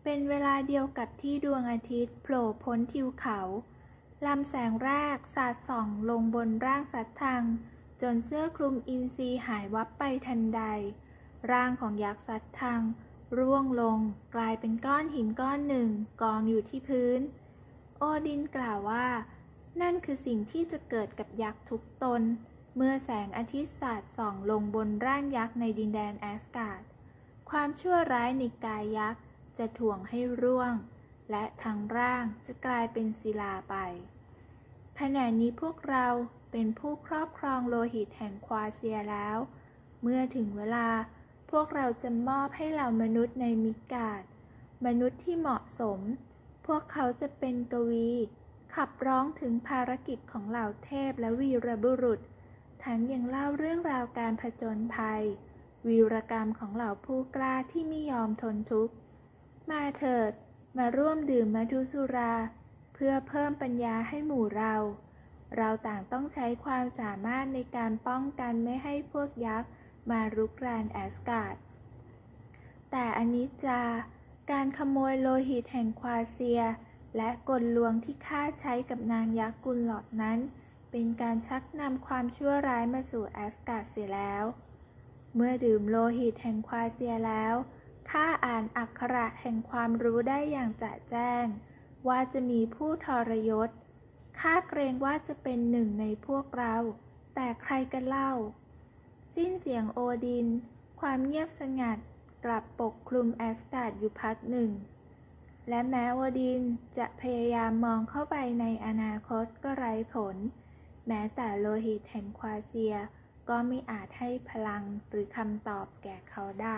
เป็นเวลาเดียวกับที่ดวงอาทิตย์โผล่พ้นทิวเขาลำแสงแรกสาดส่องลงบนร่างสัตทังจนเสื้อคลุมอินทรีหายวับไปทันใดร่างของยักษ์สัตทังร่วงลงกลายเป็นก้อนหินก้อนหนึ่งกองอยู่ที่พื้นโอดินกล่าวว่านั่นคือสิ่งที่จะเกิดกับยักษ์ทุกตนเมื่อแสงอาทิตย์สาดส่องลงบนร่างยักษ์ในดินแดนแอสการ์ดความชั่วร้ายในกายยักษ์จะถ่วงให้ร่วงและทั้งร่างจะกลายเป็นศิลาไปขณะนี้พวกเราเป็นผู้ครอบครองโลหิตแห่งควาเซียแล้วเมื่อถึงเวลาพวกเราจะมอบให้เหล่ามนุษย์ในมิดการ์ดมนุษย์ที่เหมาะสมพวกเขาจะเป็นกวีขับร้องถึงภารกิจของเหล่าเทพและวีรบุรุษทั้งยังเล่าเรื่องราวการผจญภัยวีรกรรมของเหล่าผู้กล้าที่ไม่ยอมทนทุกข์มาเถิดมาร่วมดื่มมัทุสุราเพื่อเพิ่มปัญญาให้หมู่เราต่างต้องใช้ความสามารถในการป้องกันไม่ให้พวกยักษ์มารุกรานแอสการ์ดแต่อนิจจาการขโมยโลหิตแห่งควาเซียและกลลวงที่ข้าใช้กับนางยักษ์กุลหลอดนั้นเป็นการชักนำความชั่วร้ายมาสู่แอสการ์ดเสียแล้วเมื่อดื่มโลหิตแห่งควาเซียแล้วข้าอ่านอักขระแห่งความรู้ได้อย่างจะแจ้งว่าจะมีผู้ทรยศข้าเกรงว่าจะเป็นหนึ่งในพวกเราแต่ใครกันเล่าสิ้นเสียงโอดินความเงียบสงัดกลับปกคลุมแอสการ์ดอยู่พักหนึ่งและแม้โอดินจะพยายามมองเข้าไปในอนาคตก็ไร้ผลแม้แต่โลหิตแห่งควาเซียก็ไม่อาจให้พลังหรือคำตอบแก่เขาได้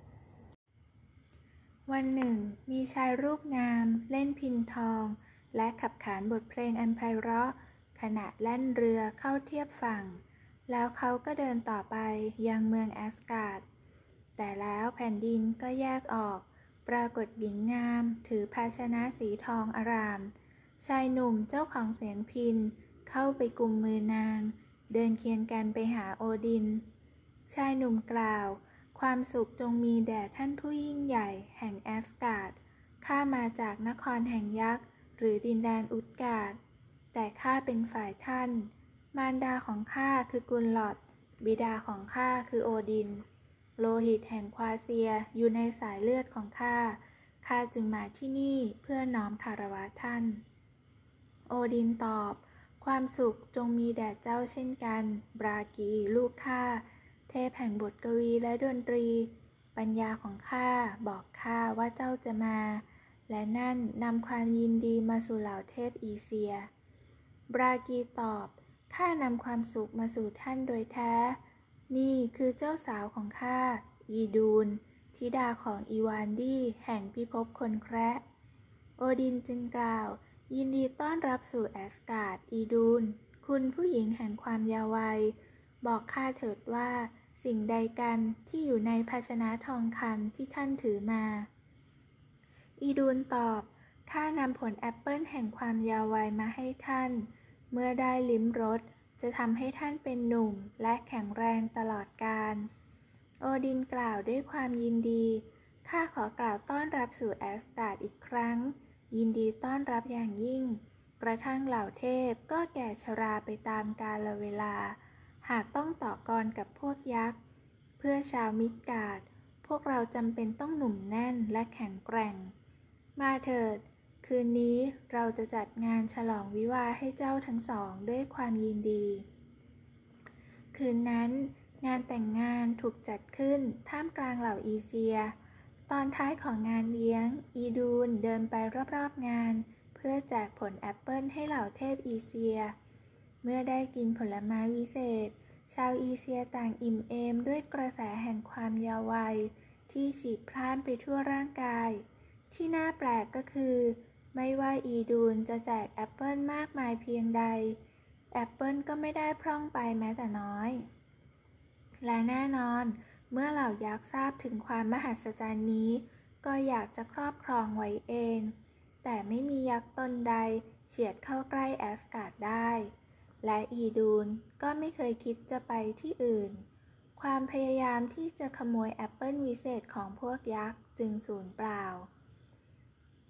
วันหนึ่งมีชายรูปงามเล่นพิณทองและขับขานบทเพลงอันไพเราะขณะแล่นเรือเข้าเทียบฝั่งแล้วเขาก็เดินต่อไปยังเมืองแอสการ์ดแต่แล้วแผ่นดินก็แยกออกปรากฏหญิงงามถือภาชนะสีทองอร่ามชายหนุ่มเจ้าของเสียงพิณเข้าไปกุมมือนางเดินเคียงกันไปหาโอดินชายหนุ่มกล่าวความสุขจงมีแด่ท่านผู้ยิ่งใหญ่แห่งแอสการ์ดข้ามาจากนครแห่งยักษ์หรือดินแดนอุดการ์ดแต่ข้าเป็นฝ่ายท่านมารดาของข้าคือกุลหลอดบิดาของข้าคือโอดินโลหิตแห่งควาเซียอยู่ในสายเลือดของข้าจึงมาที่นี่เพื่อน้อมคารวะท่านโอดินตอบความสุขจงมีแด่เจ้าเช่นกันบรากีลูกข้าเทพแห่งบทกวีและดนตรีปัญญาของข้าบอกข้าว่าเจ้าจะมาและนั่นนำความยินดีมาสู่เหล่าเทพอีเซียบรากีตอบข้านำความสุขมาสู่ท่านโดยแท้นี่คือเจ้าสาวของข้าอีดูนธิดาของอีวานดีแห่งพิภพคนแคระโอดินจึงกล่าวยินดีต้อนรับสู่แอสการ์ดอีดูนคุณผู้หญิงแห่งความยาววัยบอกข้าเถิดว่าสิ่งใดกันที่อยู่ในภาชนะทองคำที่ท่านถือมาอีดูนตอบข้านำผลแอปเปิลแห่งความยาววัยมาให้ท่านเมื่อได้ลิ้มรสจะทำให้ท่านเป็นหนุ่มและแข็งแรงตลอดกาลโอดินกล่าวด้วยความยินดีข้าขอกล่าวต้อนรับสู่แอสการ์ดอีกครั้งยินดีต้อนรับอย่างยิ่งกระทั่งเหล่าเทพก็แก่ชราไปตามกาลเวลาหากต้องต่อกรกับพวกยักษ์เพื่อชาวมิดการ์ดพวกเราจำเป็นต้องหนุ่มแน่นและแข็งแกร่งมาเถิดคืนนี้เราจะจัดงานฉลองวิวาห์ให้เจ้าทั้งสองด้วยความยินดีคืนนั้นงานแต่งงานถูกจัดขึ้นท่ามกลางเหล่าอีเซียตอนท้ายของงานเลี้ยงอีดูนเดินไปรอบๆงานเพื่อแจกผลแอปเปิลให้เหล่าเทพอีเซียเมื่อได้กินผลไม้วิเศษชาวอีเซียต่างอิ่มเอมด้วยกระแสแห่งความเยาว์วัยที่ฉีดพล่านไปทั่วร่างกายที่น่าแปลกก็คือไม่ว่าอีดูนจะแจกแอปเปิลมากมายเพียงใดแอปเปิลก็ไม่ได้พร่องไปแม้แต่น้อยและแน่นอนเมื่อเหล่ายักษ์ทราบถึงความมหัศจรรย์นี้ก็อยากจะครอบครองไว้เองแต่ไม่มียักษ์ตนใดเฉียดเข้าใกล้แอสการ์ดได้และอีดูนก็ไม่เคยคิดจะไปที่อื่นความพยายามที่จะขโมยแอปเปิลวิเศษของพวกยักษ์จึงสูญเปล่า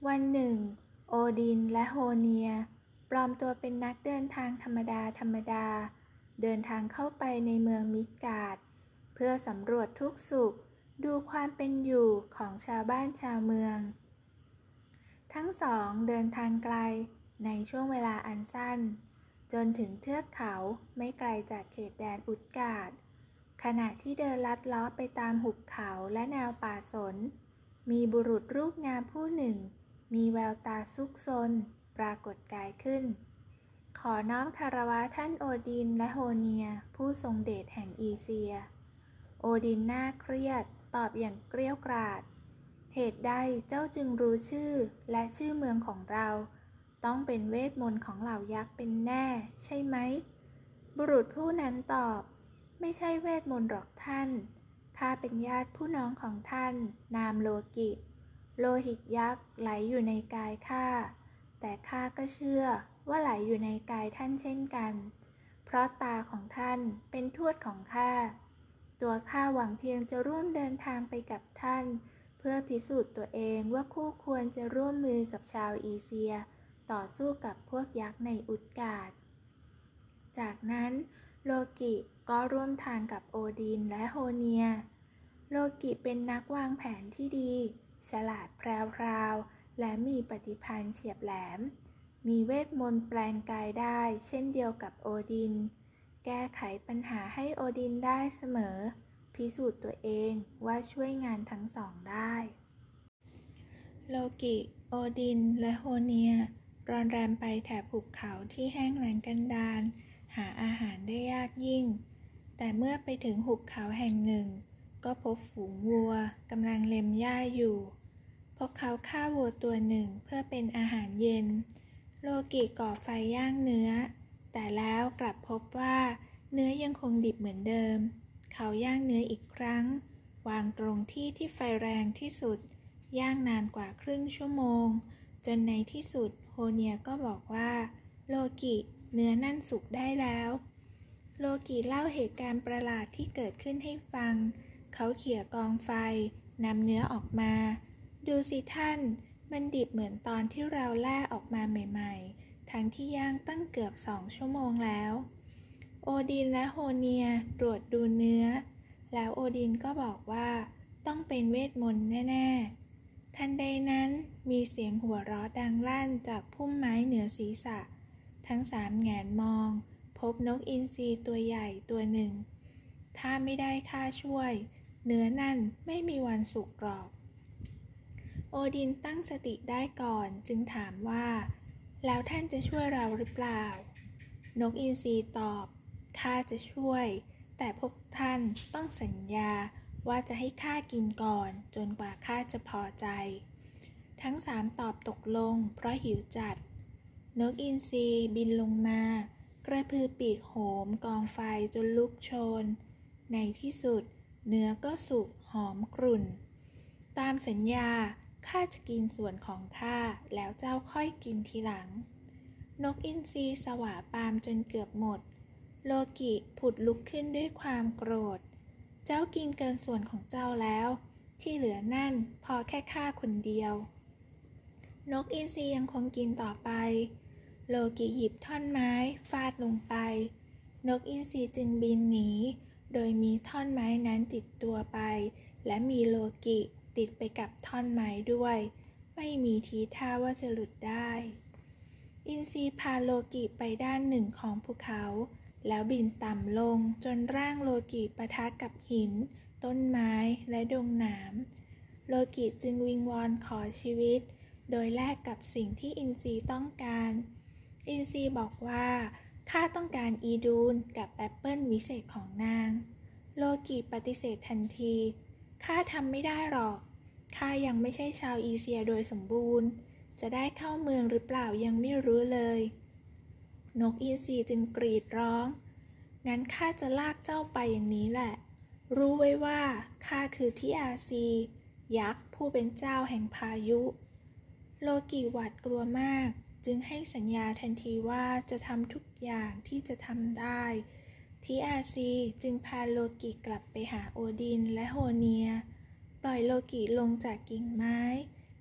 วันหนึ่งโอดินและโฮเนียปลอมตัวเป็นนักเดินทางธรรมดาเดินทางเข้าไปในเมืองมิดการ์ดเพื่อสำรวจทุกสุขดูความเป็นอยู่ของชาวบ้านชาวเมืองทั้งสองเดินทางไกลในช่วงเวลาอันสั้นจนถึงเทือกเขาไม่ไกลจากเขตแดนอุดการ์ดขณะที่เดินลัดเล้อไปตามหุบเขาและแนวป่าสนมีบุรุษรูปงามผู้หนึ่งมีแววตาซุกซนปรากฏกายขึ้นขอน้อมคารวะท่านโอดินและโฮเนียผู้ทรงเดชแห่งอีเซียโอดินหน้าเครียดตอบอย่างเกรี้ยวกราดเหตุใดเจ้าจึงรู้ชื่อและชื่อเมืองของเราต้องเป็นเวทมนต์ของเหล่ายักษ์เป็นแน่ใช่ไหมบุรุษผู้นั้นตอบไม่ใช่เวทมนต์หรอกท่านข้าเป็นญาติผู้น้องของท่านนามโลกิโลหิตยักษ์ไหลอยู่ในกายข้าแต่ข้าก็เชื่อว่าไหลอยู่ในกายท่านเช่นกันเพราะตาของท่านเป็นทวดของข้าตัวข้าหวังเพียงจะร่วมเดินทางไปกับท่านเพื่อพิสูจน์ตัวเองว่าคู่ควรจะร่วมมือกับชาวอีเซียต่อสู้กับพวกยักษ์ในอุดการ์ดจากนั้นโลกิก็ร่วมทางกับโอดินและโฮเนียโลกิเป็นนักวางแผนที่ดีฉลาดแพรวๆและมีปฏิภาณเฉียบแหลมมีเวทมนต์แปลงกายได้เช่นเดียวกับโอดินแก้ไขปัญหาให้โอดินได้เสมอพิสูจน์ตัวเองว่าช่วยงานทั้งสองได้โลกิโอดินและโฮเนียรอนแรมไปแถบหุบเขาที่แห้งแล้งกันดารหาอาหารได้ยากยิ่งแต่เมื่อไปถึงหุบเขาแห่งหนึ่งก็พบฝูงวัวกำลังเล็มหญ้าอยู่พวกเขาฆ่าวัวตัวหนึ่งเพื่อเป็นอาหารเย็นโลกิก่อไฟย่างเนื้อแต่แล้วกลับพบว่าเนื้อยังคงดิบเหมือนเดิมเขาย่างเนื้ออีกครั้งวางตรงที่ที่ไฟแรงที่สุดย่างนานกว่าครึ่งชั่วโมงจนในที่สุดโฮเนียก็บอกว่าโลกิเนื้อนั่นสุกได้แล้วโลกิเล่าเหตุการณ์ประหลาดที่เกิดขึ้นให้ฟังเขาเขี่ยกองไฟนำเนื้อออกมาดูสิท่านมันดิบเหมือนตอนที่เราแล่ออกมาใหม่ๆทั้งที่ย่างตั้งเกือบ2 ชั่วโมงแล้วโอดินและโฮเนียตรวจดูเนื้อแล้วโอดินก็บอกว่าต้องเป็นเวทมนต์แน่ๆทันใดนั้นมีเสียงหัวเราะดังลั่นจากพุ่มไม้เหนือศีรษะทั้ง3แหงนมองพบนกอินทรีตัวใหญ่ตัวหนึ่งถ้าไม่ได้ข้าช่วยเนื้อนั่นไม่มีวันสุกหรอกโอดินตั้งสติได้ก่อนจึงถามว่าแล้วท่านจะช่วยเราหรือเปล่านกอินทรีตอบข้าจะช่วยแต่พวกท่านต้องสัญญาว่าจะให้ข้ากินก่อนจนกว่าข้าจะพอใจทั้ง3ตอบตกลงเพราะหิวจัดนกอินทรีบินลงมากระพือปีกโหมกองไฟจนลุกโชนในที่สุดเนื้อก็สุกหอมกรุ่นตามสัญญาข้าจะกินส่วนของข้าแล้วเจ้าค่อยกินทีหลังนกอินทรีสวาปามจนเกือบหมดโลกิผุดลุกขึ้นด้วยความโกรธเจ้ากินเกินส่วนของเจ้าแล้วที่เหลือนั่นพอแค่ข้าคนเดียวนกอินทรียังคงกินต่อไปโลกิหยิบท่อนไม้ฟาดลงไปนกอินทรีจึงบินหนีโดยมีท่อนไม้นั้นติดตัวไปและมีโลกิติดไปกับท่อนไม้ด้วยไม่มีทีท่าว่าจะหลุดได้อินทรีพาโลกิไปด้านหนึ่งของภูเขาแล้วบินต่ำลงจนร่างโลกิปะทะกับหินต้นไม้และดงหนามโลกิจึงวิงวอนขอชีวิตโดยแลกกับสิ่งที่อินทรีต้องการอินทรีบอกว่าข้าต้องการอีดูนกับแอปเปิลวิเศษของนางโลกิปฏิเสธทันทีข้าทำไม่ได้หรอกข้ายังไม่ใช่ชาวอีเซียโดยสมบูรณ์จะได้เข้าเมืองหรือเปล่ายังไม่รู้เลยนกอินทรีจึงกรีดร้องงั้นข้าจะลากเจ้าไปอย่างนี้แหละรู้ไว้ว่าข้าคือทิอาซียักษ์ผู้เป็นเจ้าแห่งพายุโลกิหวาดกลัวมากจึงให้สัญญาทันทีว่าจะทำทุกอย่างที่จะทำได้ทิอาซีจึงพาโลกิกลับไปหาโอดินและโฮเนียปล่อยโลกิลงจากกิ่งไม้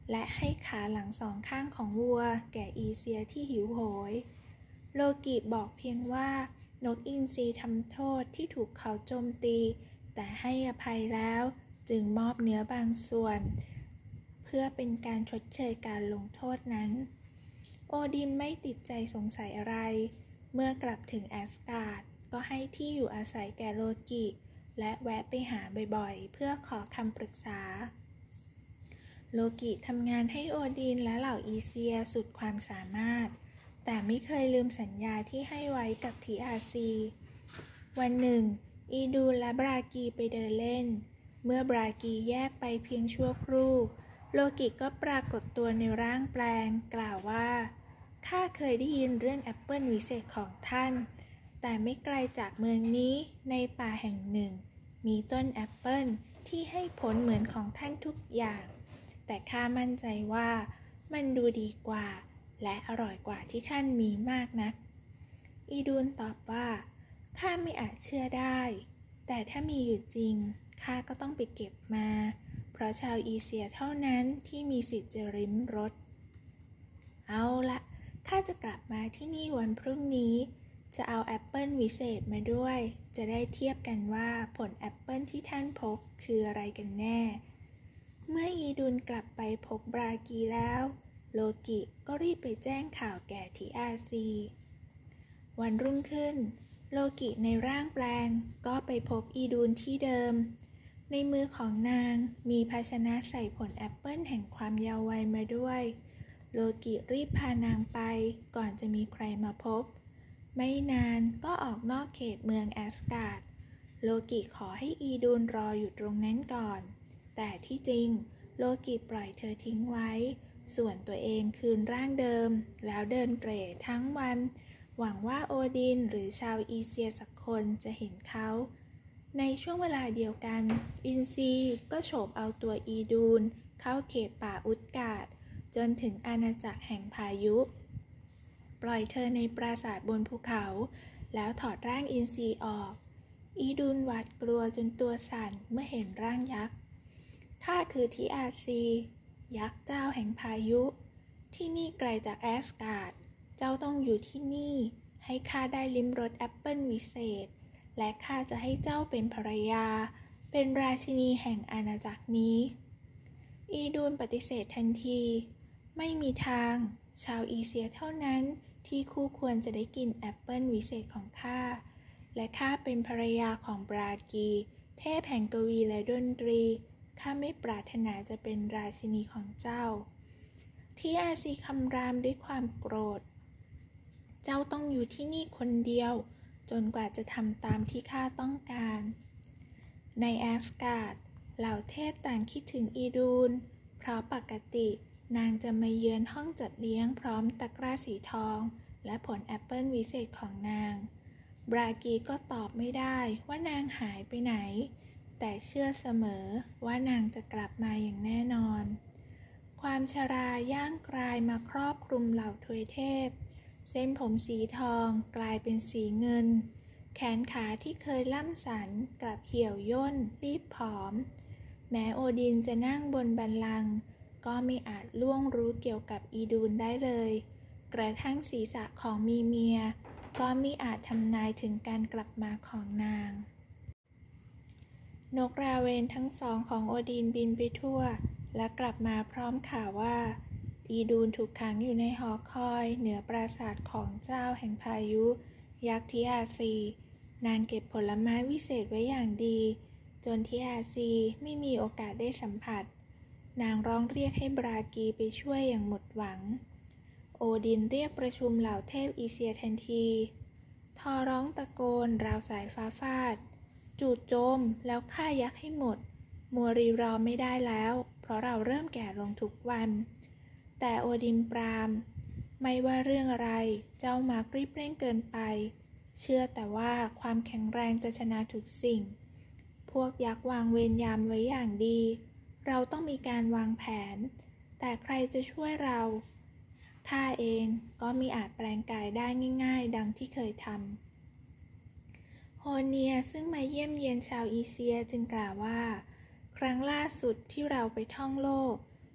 และให้ขาหลังสองข้างของวัวแก่อีเซียที่หิวโหยโลกิบอกเพียงว่านกอินทรีทำโทษที่ถูกเขาโจมตีแต่ให้อภัยแล้วจึงมอบเนื้อบางส่วนเพื่อเป็นการชดเชยการลงโทษนั้นโอดินไม่ติดใจสงสัยอะไรเมื่อกลับถึงแอสการ์ดก็ให้ที่อยู่อาศัยแก่โลกิและแวะไปหาบ่อยๆเพื่อขอคำปรึกษาโลกิทำงานให้โอดินและเหล่าอีเซียสุดความสามารถแต่ไม่เคยลืมสัญญาที่ให้ไว้กับทีอาซีวันหนึ่งอีดูนและบรากีไปเดินเล่นเมื่อบรากีแยกไปเพียงชั่วครู่โลกิก็ปรากฏตัวในร่างแปลงกล่าวว่าข้าเคยได้ยินเรื่องแอปเปิลวิเศษของท่านแต่ไม่ไกลจากเมืองนี้ในป่าแห่งหนึ่งมีต้นแอปเปิลที่ให้ผลเหมือนของท่านทุกอย่างแต่ข้ามั่นใจว่ามันดูดีกว่าและอร่อยกว่าที่ท่านมีมากนักอีดูนตอบว่าข้าไม่อาจเชื่อได้แต่ถ้ามีอยู่จริงข้าก็ต้องไปเก็บมาเพราะชาวอีเซียเท่านั้นที่มีสิทธิ์จะริมรสเอาละข้าจะกลับมาที่นี่วันพรุ่งนี้จะเอาแอปเปิลวิเศษมาด้วยจะได้เทียบกันว่าผลแอปเปิลที่ท่านพบคืออะไรกันแน่เมื่ออีดุนกลับไปพบบรากีแล้วโลกิก็รีบไปแจ้งข่าวแก่ทีอาซีวันรุ่งขึ้นโลกิในร่างแปลงก็ไปพบอีดุนที่เดิมในมือของนางมีภาชนะใส่ผลแอปเปิลแห่งความเยาว์วัยมาด้วยโลกิรีบพานางไปก่อนจะมีใครมาพบไม่นานก็ออกนอกเขตเมืองแอสการ์ดโลกิขอให้อีดุนรออยู่ตรงนั้นก่อนแต่ที่จริงโลกิปล่อยเธอทิ้งไว้ส่วนตัวเองคืนร่างเดิมแล้วเดินเตร่ทั้งวันหวังว่าโอดินหรือชาวอีเซียสักคนจะเห็นเขาในช่วงเวลาเดียวกันอินซีก็โฉบเอาตัวอีดูนเข้าเขตป่าอุดกาดจนถึงอาณาจักรแห่งพายุปล่อยเธอในปราสาทบนภูเขาแล้วถอดร่างอินซีออกอีดูนหวาดกลัวจนตัวสั่นเมื่อเห็นร่างยักษ์ข้าคือทีอาซียักษ์เจ้าแห่งพายุที่นี่ไกลจากแอสการ์ดเจ้าต้องอยู่ที่นี่ให้ข้าได้ลิ้มรสแอปเปิลวิเศษและข้าจะให้เจ้าเป็นภรรยาเป็นราชินีแห่งอาณาจักรนี้อีดูนปฏิเสธทันทีไม่มีทางชาวอีเซียเท่านั้นที่คู่ควรจะได้กินแอปเปิลวิเศษของข้าและข้าเป็นภรรยาของบรากีเทพแห่งกวีและดนตรีข้าไม่ปรารถนาจะเป็นราชินีของเจ้าทีอาซีคำรามด้วยความโกรธเจ้าต้องอยู่ที่นี่คนเดียวจนกว่าจะทำตามที่ข้าต้องการในแอสการ์ดเหล่าเทพต่างคิดถึงอีดูนเพราะปกตินางจะมาเยือนห้องจัดเลี้ยงพร้อมตะกร้าสีทองและผลแอปเปิลวิเศษของนางบรากีก็ตอบไม่ได้ว่านางหายไปไหนแต่เชื่อเสมอว่านางจะกลับมาอย่างแน่นอนความชราย่างกลายมาครอบคลุมเหล่าทวยเทพเส้นผมสีทองกลายเป็นสีเงินแขนขาที่เคยล่ำสันกลับเหี่ยวย่นรีบผอมแม้โอดินจะนั่งบนบัลลังก์ก็ไม่อาจล่วงรู้เกี่ยวกับอีดูนได้เลยกระทั่งศีรษะของมีเมียก็มิอาจทำนายถึงการกลับมาของนางนกราเวนทั้งสองของโอดินบินไปทั่วและกลับมาพร้อมข่าวว่าอีดูนถูกขังอยู่ในหอคอยเหนือปราสาทของเจ้าแห่งพายุยักษ์ทีอาซีนางเก็บผลไม้วิเศษไว้อย่างดีจนทีอาซีไม่มีโอกาสได้สัมผัสนางร้องเรียกให้บรากีไปช่วยอย่างหมดหวังโอดินเรียกประชุมเหล่าเทพอีเซียทันทีทอร้องตะโกนราวสายฟ้าฟาดจู่โจมแล้วฆ่ายักษ์ให้หมดมัวรีรอไม่ได้แล้วเพราะเราเริ่มแก่ลงทุกวันแต่โอดินปรามไม่ว่าเรื่องอะไรเจ้ามักรีบเร่งเกินไปเชื่อแต่ว่าความแข็งแรงจะชนะทุกสิ่งพวกยักษ์วางเวรยามไว้อย่างดีเราต้องมีการวางแผนแต่ใครจะช่วยเราข้าเองก็มิอาจแปลงกายได้ง่ายๆดังที่เคยทำโฮเนียซึ่งมาเยี่ยมเยียนชาวอีเซียจึงกล่าวว่าครั้งล่าสุดที่เราไปท่องโลก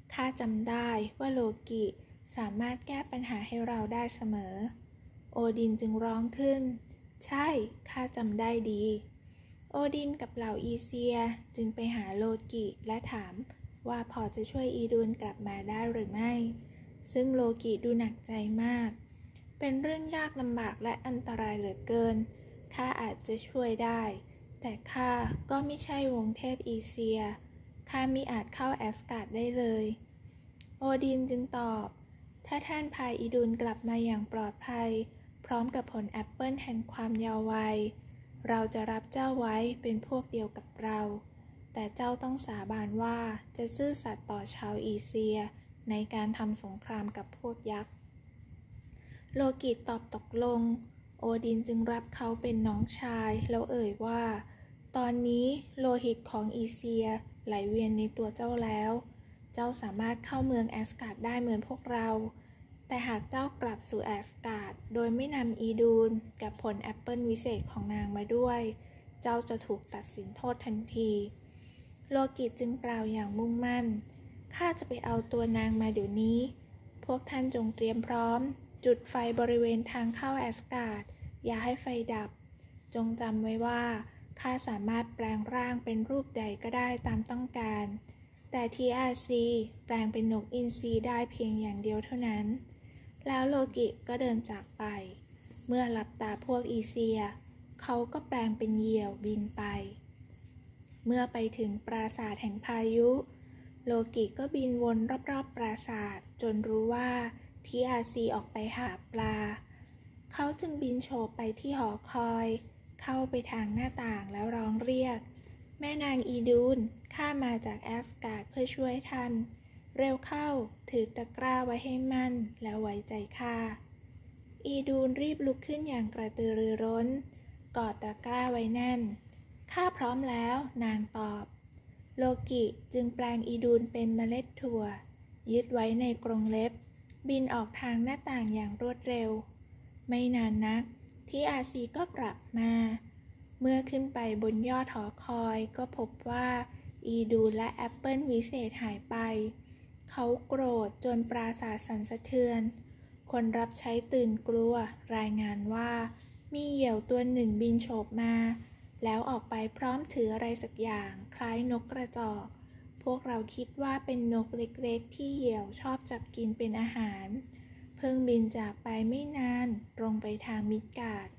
ข้าจำได้ว่าโลกิสามารถแก้ปัญหาให้เราได้เสมอโอดินจึงร้องขึ้นใช่ข้าจำได้ดีโอดินกับเหล่าอีเซียจึงไปหาโลกิและถามว่าพอจะช่วยอีดูนกลับมาได้หรือไม่ซึ่งโลกิดูหนักใจมากเป็นเรื่องยากลำบากและอันตรายเหลือเกินข้าอาจจะช่วยได้แต่ข้าก็ไม่ใช่วงเทพอีเซียข้ามิอาจเข้าแอสการ์ดได้เลยโอดินจึงตอบถ้าท่านพาอีดูนกลับมาอย่างปลอดภัยพร้อมกับผลแอปเปิลแห่งความเยาว์วัยเราจะรับเจ้าไว้เป็นพวกเดียวกับเราแต่เจ้าต้องสาบานว่าจะซื่อสัตย์ต่อชาวอีเซียในการทำสงครามกับพวกยักษ์โลกิตอบตกลงโอดินจึงรับเขาเป็นน้องชายแล้วเอ่ยว่าตอนนี้โลหิตของอีเซียไหลเวียนในตัวเจ้าแล้วเจ้าสามารถเข้าเมืองแอสการ์ดได้เหมือนพวกเราแต่หากเจ้ากลับสู่แอสการ์ดโดยไม่นำอีดูนกับผลแอปเปิลวิเศษของนางมาด้วยเจ้าจะถูกตัดสินโทษทันทีโลกิจึงกล่าวอย่างมุ่งมั่นข้าจะไปเอาตัวนางมาเดี๋ยวนี้พวกท่านจงเตรียมพร้อมจุดไฟบริเวณทางเข้าแอสการ์ดอย่าให้ไฟดับจงจำไว้ว่าข้าสามารถแปลงร่างเป็นรูปใดก็ได้ตามต้องการแต่ TRC แปลงเป็นนกอินทรีได้เพียงอย่างเดียวเท่านั้นแล้วโลกิก็เดินจากไปเมื่อหลับตาพวกอีเซียเขาก็แปลงเป็นเหยี่ยวบินไปเมื่อไปถึงปราสาทแห่งพายุโลกิก็บินวนรอบๆปราสาทจนรู้ว่าTRCออกไปหาปลาเขาจึงบินโฉบไปที่หอคอยเข้าไปทางหน้าต่างแล้วร้องเรียกแม่นางอีดูนข้ามาจากแอสการ์ดเพื่อช่วยท่านเร็วเข้าถือตะกร้าไว้ให้มั่นแล้วไว้ใจข้าอีดูนรีบลุกขึ้นอย่างกระตือรือร้นกอดตะกร้าไว้แน่นข้าพร้อมแล้วนางตอบโลกิจึงแปลงอีดูนเป็นเมล็ดถั่วยึดไว้ในกรงเล็บบินออกทางหน้าต่างอย่างรวดเร็วไม่นานนักTRCก็กลับมาเมื่อขึ้นไปบนยอดหอคอยก็พบว่าอีดูนและแอปเปิลวิเศษหายไปเขาโกรธจนปราสาทสั่นสะเทือนคนรับใช้ตื่นกลัวรายงานว่ามีเหยี่ยวตัวหนึ่งบินโฉบมาแล้วออกไปพร้อมถืออะไรสักอย่างคล้ายนกกระจอกพวกเราคิดว่าเป็นนกเล็กๆที่เหยี่ยวชอบจับกินเป็นอาหารเพิ่งบินจากไปไม่นานตรงไปทางมิดการ์ด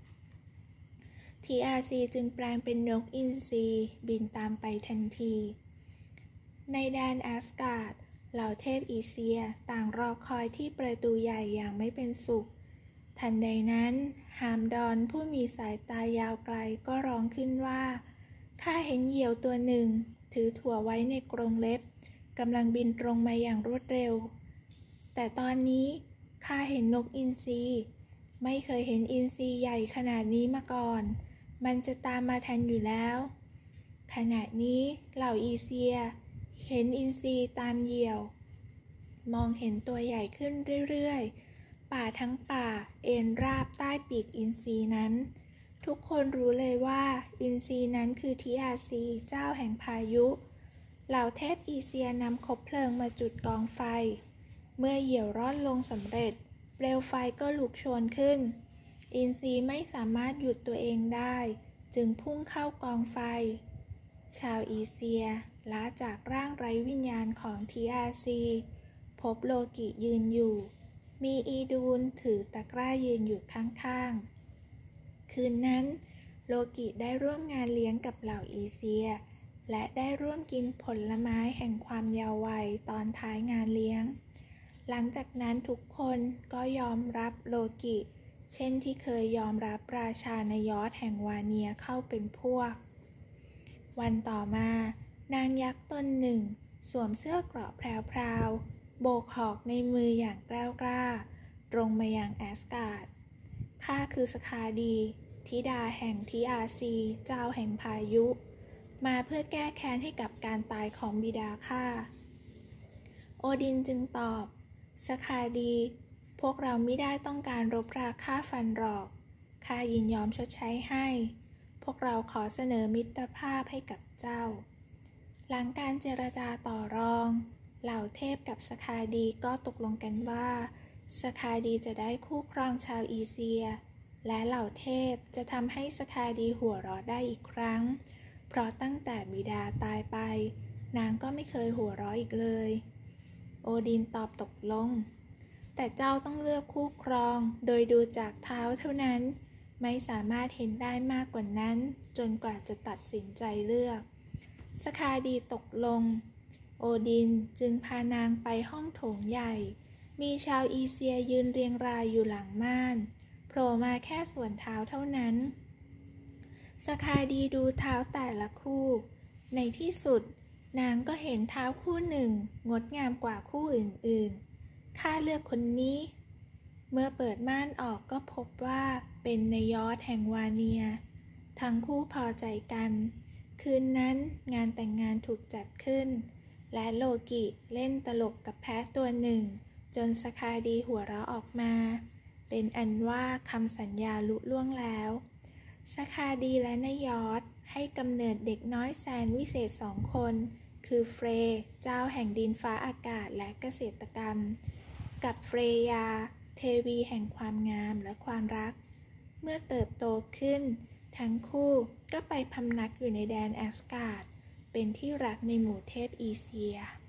TRC จึงแปลงเป็นนกอินทรีบินตามไปทันทีในแดนแอสการ์ดเหล่าเทพอีเซียต่างรอคอยที่ประตูใหญ่อย่างไม่เป็นสุขทันใดนั้นฮามดอนผู้มีสายตายาวไกลก็ร้องขึ้นว่าข้าเห็นเหยี่ยวตัวหนึ่งถือถั่วไว้ในกรงเล็บกำลังบินตรงมาอย่างรวดเร็วแต่ตอนนี้ข้าเห็นนกอินทรีไม่เคยเห็นอินทรีใหญ่ขนาดนี้มาก่อนมันจะตามมาทันอยู่แล้วขณะนี้เหล่าอีเซียเห็นอินทรีตามเหยี่ยวมองเห็นตัวใหญ่ขึ้นเรื่อยๆป่าทั้งป่าเอ็นราบใต้ปีกอินทรีนั้นทุกคนรู้เลยว่าอินทรีนั้นคือTRCเจ้าแห่งพายุเหล่าเทพอีเซียนำคบเพลิงมาจุดกองไฟเมื่อเหยี่ยวร่อนลงสำเร็จเปลวไฟก็ลุกโชนขึ้นอินทรีไม่สามารถหยุดตัวเองได้จึงพุ่งเข้ากองไฟชาวอีเซียล้าจากร่างไร้วิญญาณของTRCพบโลกิยืนอยู่มีอีดูนถือตะกร้ายืนอยู่ข้างๆคืนนั้นโลกิได้ร่วมงานเลี้ยงกับเหล่าอีเซียและได้ร่วมกินผลไม้แห่งความเยาว์วัยตอนท้ายงานเลี้ยงหลังจากนั้นทุกคนก็ยอมรับโลกิเช่นที่เคยยอมรับราชานยอร์แห่งวาเนียเข้าเป็นพวกวันต่อมานางยักษ์ตนหนึ่งสวมเสื้อเกราะแพรวๆโบกหอกในมืออย่างกล้ากล้าตรงมายังแอสการ์ดข้าคือสคาดีธิดาแห่งTRCเจ้าแห่งพายุมาเพื่อแก้แค้นให้กับการตายของบิดาข้าโอดินจึงตอบสคาดีพวกเราไม่ได้ต้องการรบราฆ่าฟันหรอกข้ายินยอมชดใช้ให้พวกเราขอเสนอมิตรภาพให้กับเจ้าหลังการเจรจาต่อรองเหล่าเทพกับสคาดีก็ตกลงกันว่าสคาดีจะได้คู่ครองชาวอีเซียและเหล่าเทพจะทำให้สคาดีหัวเราะได้อีกครั้งเพราะตั้งแต่บิดาตายไปนางก็ไม่เคยหัวเราะอีกเลยโอดินตอบตกลงแต่เจ้าต้องเลือกคู่ครองโดยดูจากเท้าเท่านั้นไม่สามารถเห็นได้มากกว่านั้นจนกว่าจะตัดสินใจเลือกสคาดีตกลงโอดินจึงพานางไปห้องโถงใหญ่มีชาวอีเซียยืนเรียงรายอยู่หลังม่านโผล่มาแค่ส่วนเท้าเท่านั้นสคาดีดูเท้าแต่ละคู่ในที่สุดนางก็เห็นเท้าคู่หนึ่งงดงามกว่าคู่อื่นๆข้าเลือกคนนี้เมื่อเปิดม่านออกก็พบว่าเป็นนายอร์ธแห่งวาเนียทั้งคู่พอใจกันคืนนั้นงานแต่งงานถูกจัดขึ้นและโลกิเล่นตลกกับแพะตัวหนึ่งจนสคาดีหัวเราะออกมาเป็นอันว่าคำสัญญาลุล่วงแล้วสคาดีและนายอร์ธให้กำเนิดเด็กน้อยแสนวิเศษ2 คนคือเฟรย์เจ้าแห่งดินฟ้าอากาศและเกษตรกรรมกับเฟรยาเทวีแห่งความงามและความรักเมื่อเติบโตขึ้นทั้งคู่ก็ไปพำนักอยู่ในแดนแอสการ์ดเป็นที่รักในหมู่เทพอีเซีย